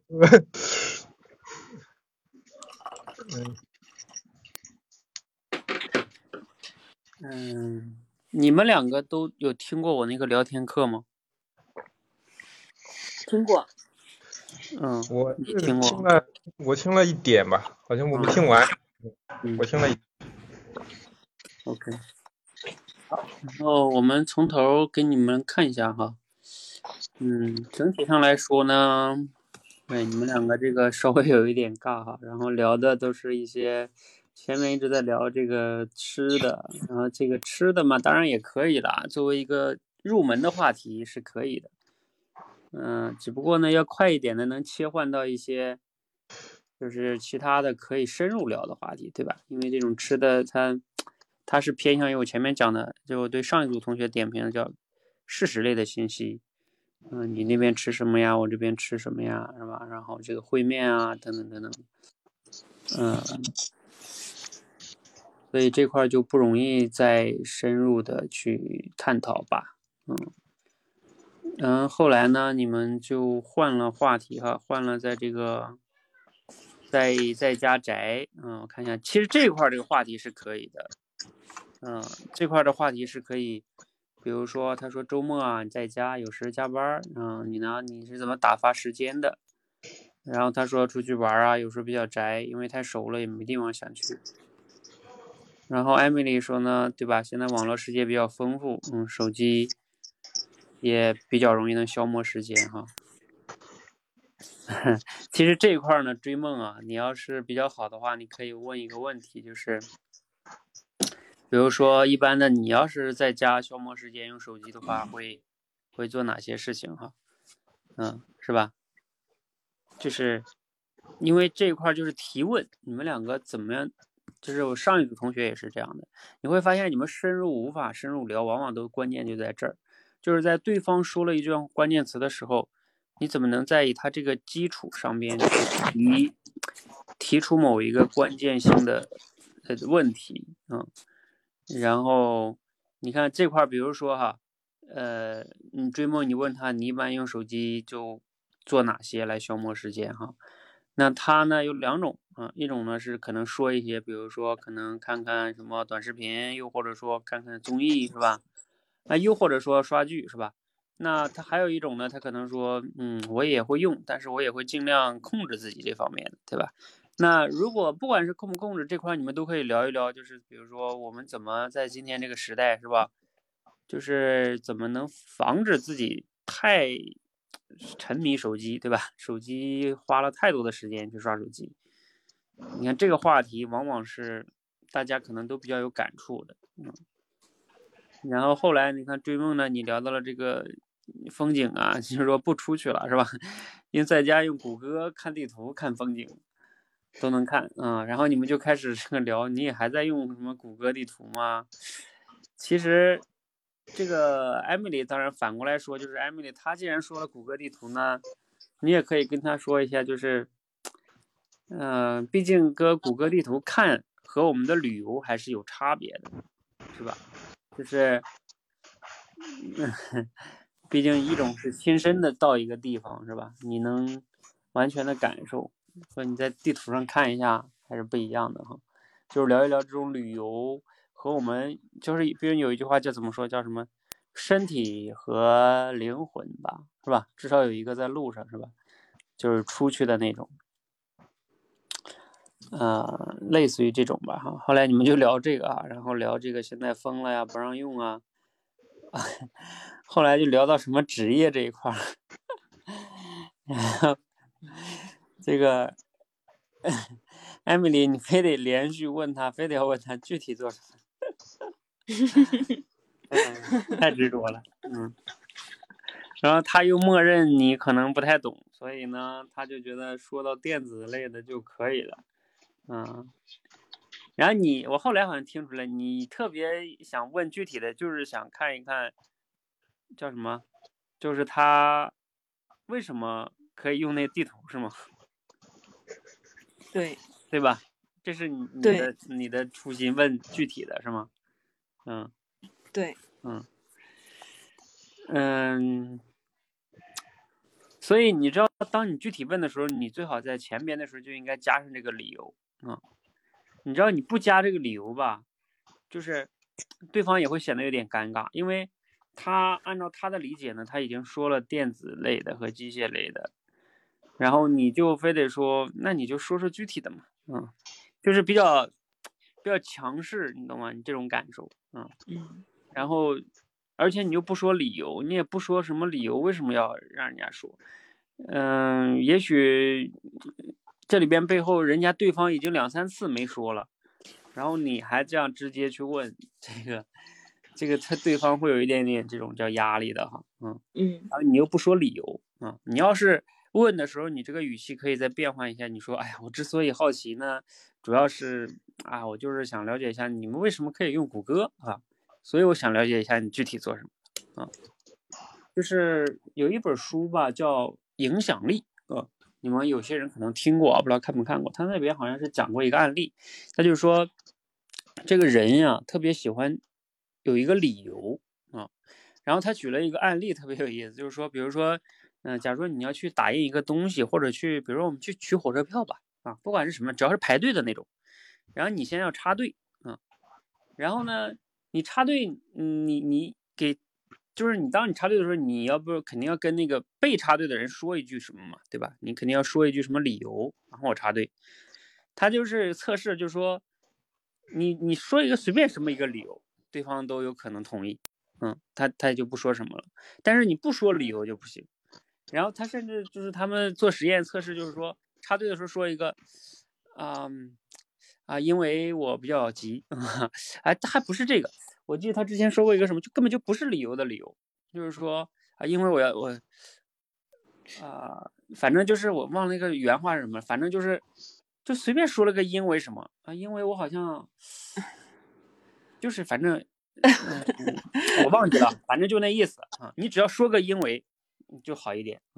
你们两个都有听过我那个聊天课吗？ 听过。 我你听过？ 我听了一点吧，好像我没听完，我听了一。 OK， 好，然后我们从头给你们看一下哈。整体上来说呢，对你们两个这个稍微有一点尬哈，然后聊的都是一些前面一直在聊这个吃的，然后这个吃的嘛，当然也可以啦，作为一个入门的话题是可以的。只不过呢，要快一点的能切换到一些就是其他的可以深入聊的话题，对吧？因为这种吃的它是偏向于我前面讲的，就对上一组同学点评的叫事实类的信息。你那边吃什么呀？我这边吃什么呀？是吧？然后这个烩面啊，等等等等。所以这块就不容易再深入的去探讨吧。后来呢，你们就换了话题哈，换了在这个在家宅。我看一下，其实这块这个话题是可以的。这块的话题是可以，比如说他说周末啊你在家有时加班，你呢你是怎么打发时间的？然后他说出去玩啊，有时候比较宅，因为太熟了也没地方想去。然后艾米丽说呢，对吧？现在网络世界比较丰富，手机也比较容易能消磨时间哈。其实这一块呢，追梦啊，你要是比较好的话，你可以问一个问题，就是比如说一般的你要是在家消磨时间用手机的话，会做哪些事情哈？是吧？就是因为这一块就是提问，你们两个怎么样？就是我上一组同学也是这样的，你会发现你们无法深入聊，往往都关键就在这儿，就是在对方说了一句关键词的时候，你怎么能在意他这个基础上边去提出某一个关键性的问题。然后你看这块，比如说哈，你追梦，你问他你一般用手机就做哪些来消磨时间哈？那他呢有两种一种呢是可能说一些，比如说可能看看什么短视频，又或者说看看综艺，是吧？又或者说刷剧，是吧？那他还有一种呢，他可能说，我也会用，但是我也会尽量控制自己这方面的，对吧？那如果不管是控不控制这块，你们都可以聊一聊，就是比如说我们怎么在今天这个时代，是吧？就是怎么能防止自己太沉迷手机，对吧？手机花了太多的时间去刷手机。你看这个话题往往是大家可能都比较有感触的。然后后来你看追梦呢，你聊到了这个风景啊，就是说不出去了，是吧？因为在家用谷歌看地图看风景都能看然后你们就开始这个聊，你也还在用什么谷歌地图吗？其实这个艾米丽当然反过来说，就是艾米丽她既然说了谷歌地图呢，你也可以跟她说一下，就是毕竟搁谷歌地图看和我们的旅游还是有差别的，是吧？就是毕竟一种是亲身的到一个地方，是吧？你能完全的感受，和你在地图上看一下还是不一样的哈。就是聊一聊这种旅游和我们，就是比如有一句话叫怎么说，叫什么？身体和灵魂吧，是吧？至少有一个在路上，是吧？就是出去的那种，类似于这种吧哈。后来你们就聊这个然后聊这个现在封了呀，不让用啊。后来就聊到什么职业这一块儿，然后这个艾米丽，你非得连续问他，非得要问他具体做什么，太执着了，然后他又默认你可能不太懂，所以呢，他就觉得说到电子类的就可以了，然后我后来好像听出来，你特别想问具体的，就是想看一看叫什么，就是他为什么可以用那地图是吗？对吧？这是你的初心，问具体的是吗？ 对。 所以你知道，当你具体问的时候，你最好在前边的时候就应该加上这个理由你知道你不加这个理由吧，就是对方也会显得有点尴尬，因为他按照他的理解呢，他已经说了电子类的和机械类的，然后你就非得说，那你就说说具体的嘛，就是比较强势，你懂吗？你这种感受，然后而且你又不说理由，你也不说什么理由，为什么要让人家说？也许这里边背后人家对方已经2、3次没说了，然后你还这样直接去问这个他对方会有一点点这种叫压力的哈，然后你又不说理由你要是问的时候，你这个语气可以再变换一下，你说，哎呀，我之所以好奇呢，主要是我就是想了解一下你们为什么可以用谷歌所以我想了解一下你具体做什么就是有一本书吧，叫《影响力》你们有些人可能听过不知道看没看过。他那边好像是讲过一个案例，他就是说这个人呀特别喜欢有一个理由然后他举了一个案例特别有意思，就是说，比如说，假如说你要去打印一个东西，或者去，比如说我们去取火车票吧不管是什么，只要是排队的那种，然后你先要插队然后呢，你插队，你给，就是当你插队的时候，你要不肯定要跟那个被插队的人说一句什么嘛，对吧？你肯定要说一句什么理由，然后我插队。他就是测试，就是说，你说一个随便什么一个理由，对方都有可能同意，他也就不说什么了。但是你不说理由就不行。然后他甚至就是他们做实验测试，就是说插队的时候说一个，因为我比较急，他还不是这个。我记得他之前说过一个什么，就根本就不是理由的理由，就是说因为我反正就是我忘了那个原话是什么，反正就随便说了个因为什么因为我好像就是反正我忘记了，反正就那意思你只要说个因为就好一点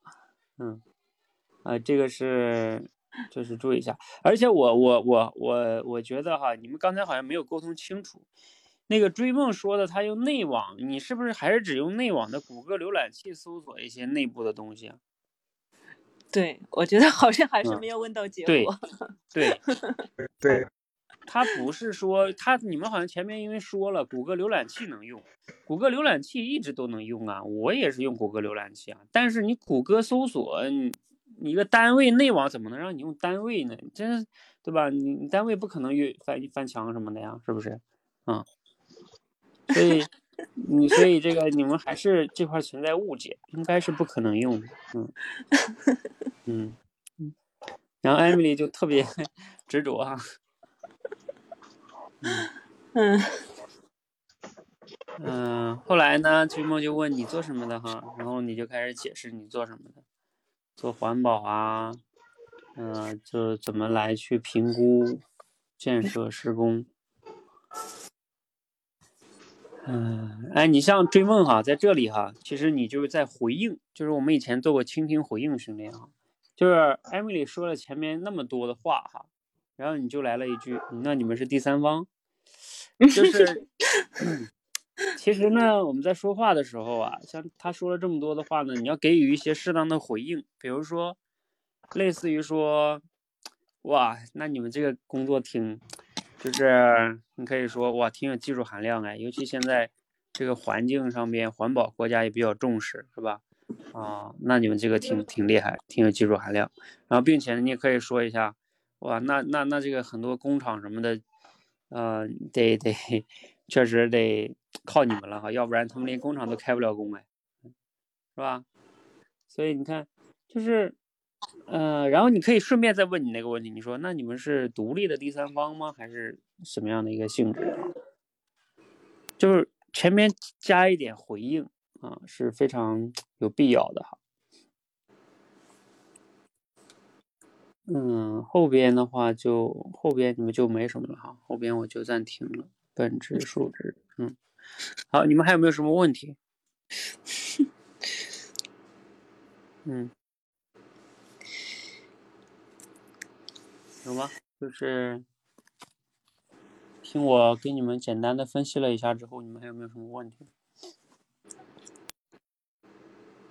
这个就是注意一下。而且我觉得你们刚才好像没有沟通清楚。那个追梦说的他用内网，你是不是还是只用内网的谷歌浏览器搜索一些内部的东西对，我觉得好像还是没有问到结果。 对， 他不是说你们好像前面因为说了谷歌浏览器能用，谷歌浏览器一直都能用我也是用谷歌浏览器但是你谷歌搜索，你一个单位内网怎么能让你用单位呢？真对吧？你单位不可能翻墙什么的呀，是不是？所以这个你们还是这块存在误解，应该是不可能用的。然后艾米丽就特别执着后来呢，追梦就问你做什么的然后你就开始解释你做什么的，做环保就怎么来去评估建设施工。你像追梦在这里其实你就是在回应，就是我们以前做过倾听回应训练就是艾米丽说了前面那么多的话然后你就来了一句，那你们是第三方，就是其实呢，我们在说话的时候像他说了这么多的话呢，你要给予一些适当的回应，比如说类似于说，哇，那你们这个工作就是你可以说哇，挺有技术含量尤其现在这个环境上面环保国家也比较重视，是吧？那你们这个挺厉害，挺有技术含量。然后并且你也可以说一下，哇，那这个很多工厂什么的，得确实得靠你们了要不然他们连工厂都开不了工是吧？所以你看，就是然后你可以顺便再问你那个问题，你说那你们是独立的第三方吗？还是什么样的一个性质就是前面加一点回应是非常有必要的后边的话后边你们就没什么了后边我就暂停了。本质数值好，你们还有没有什么问题？有吗？就是听我给你们简单的分析了一下之后，你们还有没有什么问题？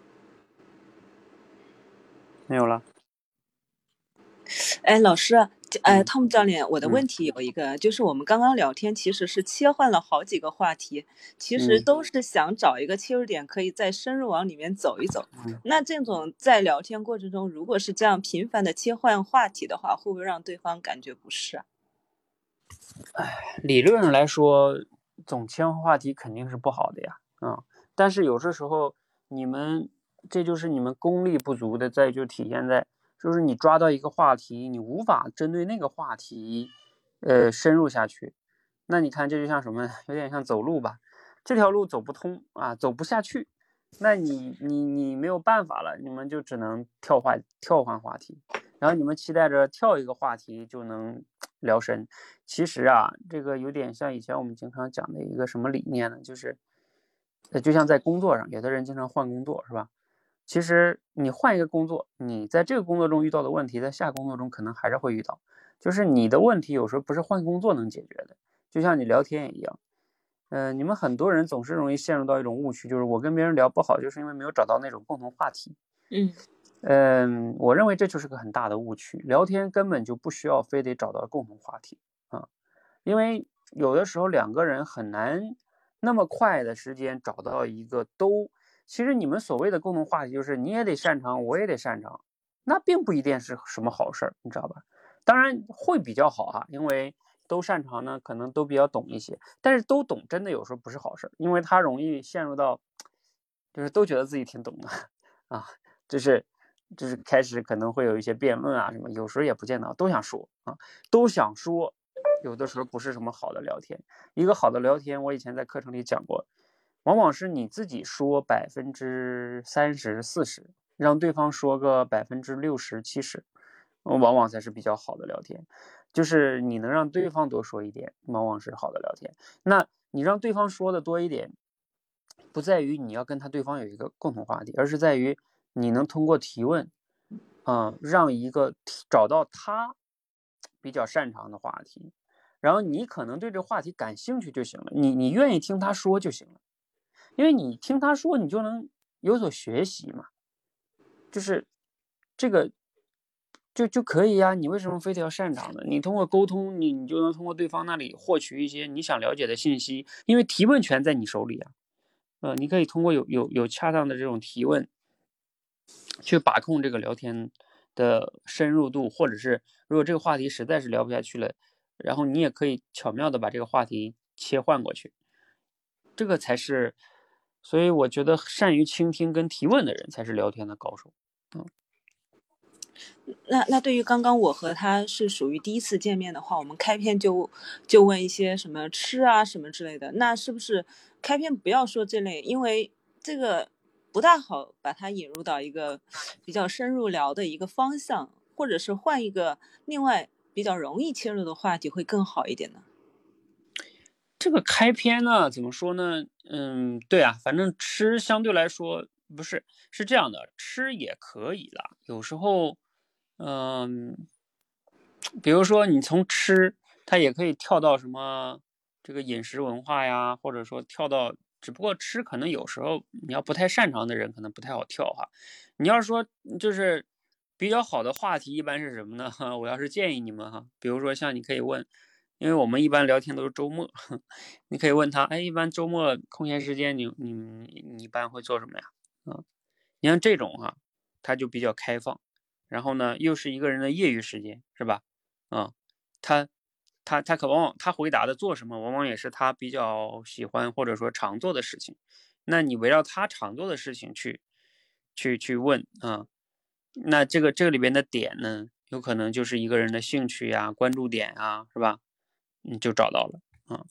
没有了。 哎，老师， 汤姆教练，我的问题有一个，就是我们刚刚聊天其实是切换了好几个话题，其实都是想找一个切入点，可以再深入往里面走一走。那这种在聊天过程中，如果是这样频繁的切换话题的话，会不会让对方感觉不适啊？ 理论上来说，总切换话题肯定是不好的呀，但是有的时候这就是你们功力不足的，就体现在就是你抓到一个话题，你无法针对那个话题深入下去。那你看这就像什么，有点像走路吧，这条路走不通啊，走不下去，那你没有办法了，你们就只能跳换话题，然后你们期待着跳一个话题就能聊深。其实啊，这个有点像以前我们经常讲的一个什么理念呢，就是就像在工作上，有的人经常换工作，是吧？其实你换一个工作，你在这个工作中遇到的问题，在下工作中可能还是会遇到，就是你的问题有时候不是换工作能解决的，就像你聊天也一样。你们很多人总是容易陷入到一种误区，就是我跟别人聊不好，就是因为没有找到那种共同话题。我认为这就是个很大的误区，聊天根本就不需要非得找到共同话题啊，因为有的时候两个人很难那么快的时间找到一个其实你们所谓的共同话题就是你也得擅长，我也得擅长，那并不一定是什么好事儿，你知道吧？当然会比较好哈，因为都擅长呢，可能都比较懂一些，但是都懂真的有时候不是好事儿，因为他容易陷入到就是都觉得自己挺懂的啊，就是开始可能会有一些辩论啊什么，有时候也不见得都想说，有的时候不是什么好的聊天。一个好的聊天，我以前在课程里讲过，往往是你自己说30%、40%，让对方说个60%、70%，往往才是比较好的聊天。就是你能让对方多说一点，往往是好的聊天。那你让对方说的多一点，不在于你要跟对方有一个共同话题，而是在于你能通过提问，让找到他比较擅长的话题，然后你可能对这话题感兴趣就行了，你愿意听他说就行了，因为你听他说，你就能有所学习嘛，就是这个就可以呀，你为什么非得要擅长呢？你通过沟通，你就能通过对方那里获取一些你想了解的信息，因为提问权在你手里啊。你可以通过有恰当的这种提问，去把控这个聊天的深入度，或者是如果这个话题实在是聊不下去了，然后你也可以巧妙的把这个话题切换过去，这个才是，所以我觉得善于倾听跟提问的人才是聊天的高手。 那对于刚刚我和他是属于第一次见面的话，我们开篇就问一些什么吃啊什么之类的，那是不是开篇不要说这类，因为这个不大好把它引入到一个比较深入聊的一个方向，或者是换一个另外比较容易切入的话题会更好一点呢？ 这个开篇呢，怎么说呢？对啊，反正吃相对来说不是这样的，吃也可以啦。有时候，比如说你从吃，它也可以跳到什么这个饮食文化呀，或者说跳到，只不过吃可能有时候你要不太擅长的人可能不太好跳哈。你要是说就是比较好的话题，一般是什么呢？我要是建议你们哈，比如说像你可以问。因为我们一般聊天都是周末，你可以问他，一般周末空闲时间你一般会做什么呀？你像这种哈，他就比较开放，然后呢，又是一个人的业余时间，是吧？他往往他回答的做什么，往往也是他比较喜欢或者说常做的事情。那你围绕他常做的事情去问啊，那这个里边的点呢，有可能就是一个人的兴趣呀、关注点啊，是吧？你就找到了啊。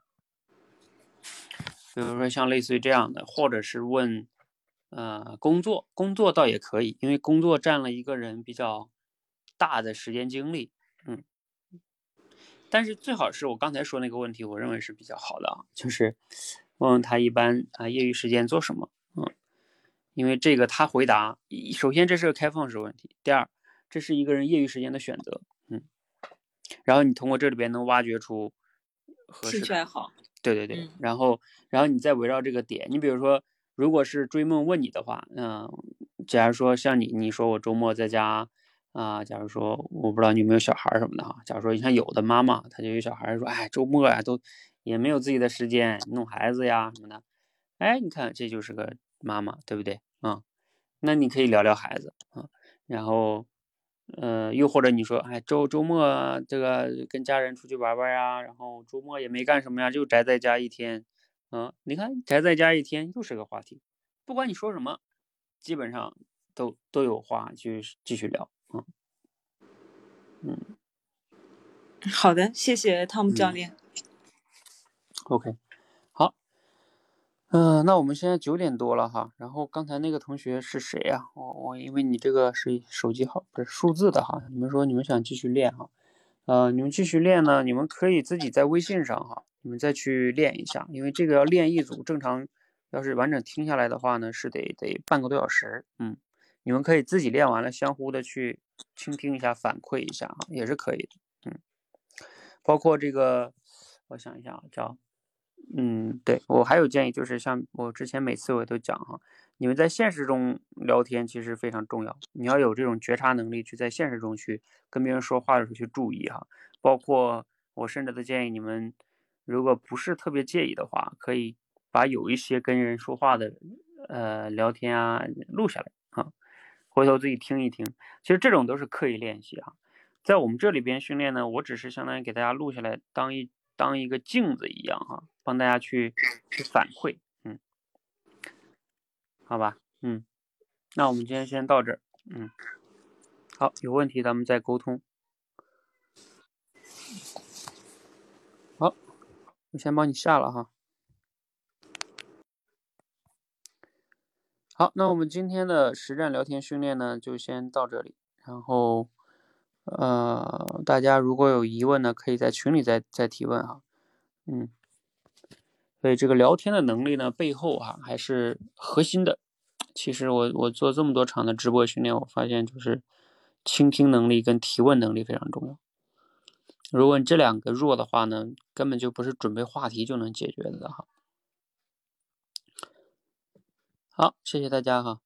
比如说像类似于这样的，或者是问工作倒也可以，因为工作占了一个人比较大的时间精力，但是最好是我刚才说那个问题，我认为是比较好的啊，就是问问他一般业余时间做什么，因为这个他回答，首先这是个开放式问题，第二这是一个人业余时间的选择，然后你通过这里边能挖掘出合适的兴趣爱好。 对，然后你再围绕这个点，你比如说，如果是追梦问你的话，假如说像你说我周末在家假如说我不知道你有没有小孩什么的哈，假如说你看有的妈妈，她就有小孩说，哎，周末呀都也没有自己的时间弄孩子呀什么的，哎，你看这就是个妈妈，对不对啊？那你可以聊聊孩子啊，然后又或者你说，哎，周末这个跟家人出去玩玩呀，然后周末也没干什么呀，就宅在家一天，你看宅在家一天又是个话题，不管你说什么，基本上都有话去继续聊。 好的，谢谢汤姆教练。 OK， 好，那我们现在9点多了哈，然后刚才那个同学是谁呀？我因为你这个是手机号不是数字的哈，你们说你们想继续练哈，你们继续练呢，你们可以自己在微信上哈，你们再去练一下，因为这个要练一组，正常要是完整听下来的话呢，是得半个多小时，你们可以自己练完了，相互的去倾听一下，反馈一下啊，也是可以的，包括这个，我想一下啊，对，我还有建议，就是像我之前每次我都讲哈，你们在现实中聊天其实非常重要，你要有这种觉察能力，去在现实中去跟别人说话的时候去注意哈。包括我甚至都建议你们，如果不是特别介意的话，可以把有一些跟人说话的聊天啊录下来啊，回头自己听一听。其实这种都是刻意练习啊。在我们这里边训练呢，我只是相当于给大家录下来，当一个镜子一样哈，帮大家去反馈，好吧，那我们今天先到这儿，好，有问题咱们再沟通。好，我先帮你下了哈。好，那我们今天的实战聊天训练呢，就先到这里。然后，大家如果有疑问呢，可以在群里再提问哈。所以这个聊天的能力呢，背后还是核心的。其实我做这么多场的直播训练，我发现就是倾听能力跟提问能力非常重要。如果你这两个弱的话呢，根本就不是准备话题就能解决的哈。好，谢谢大家哈。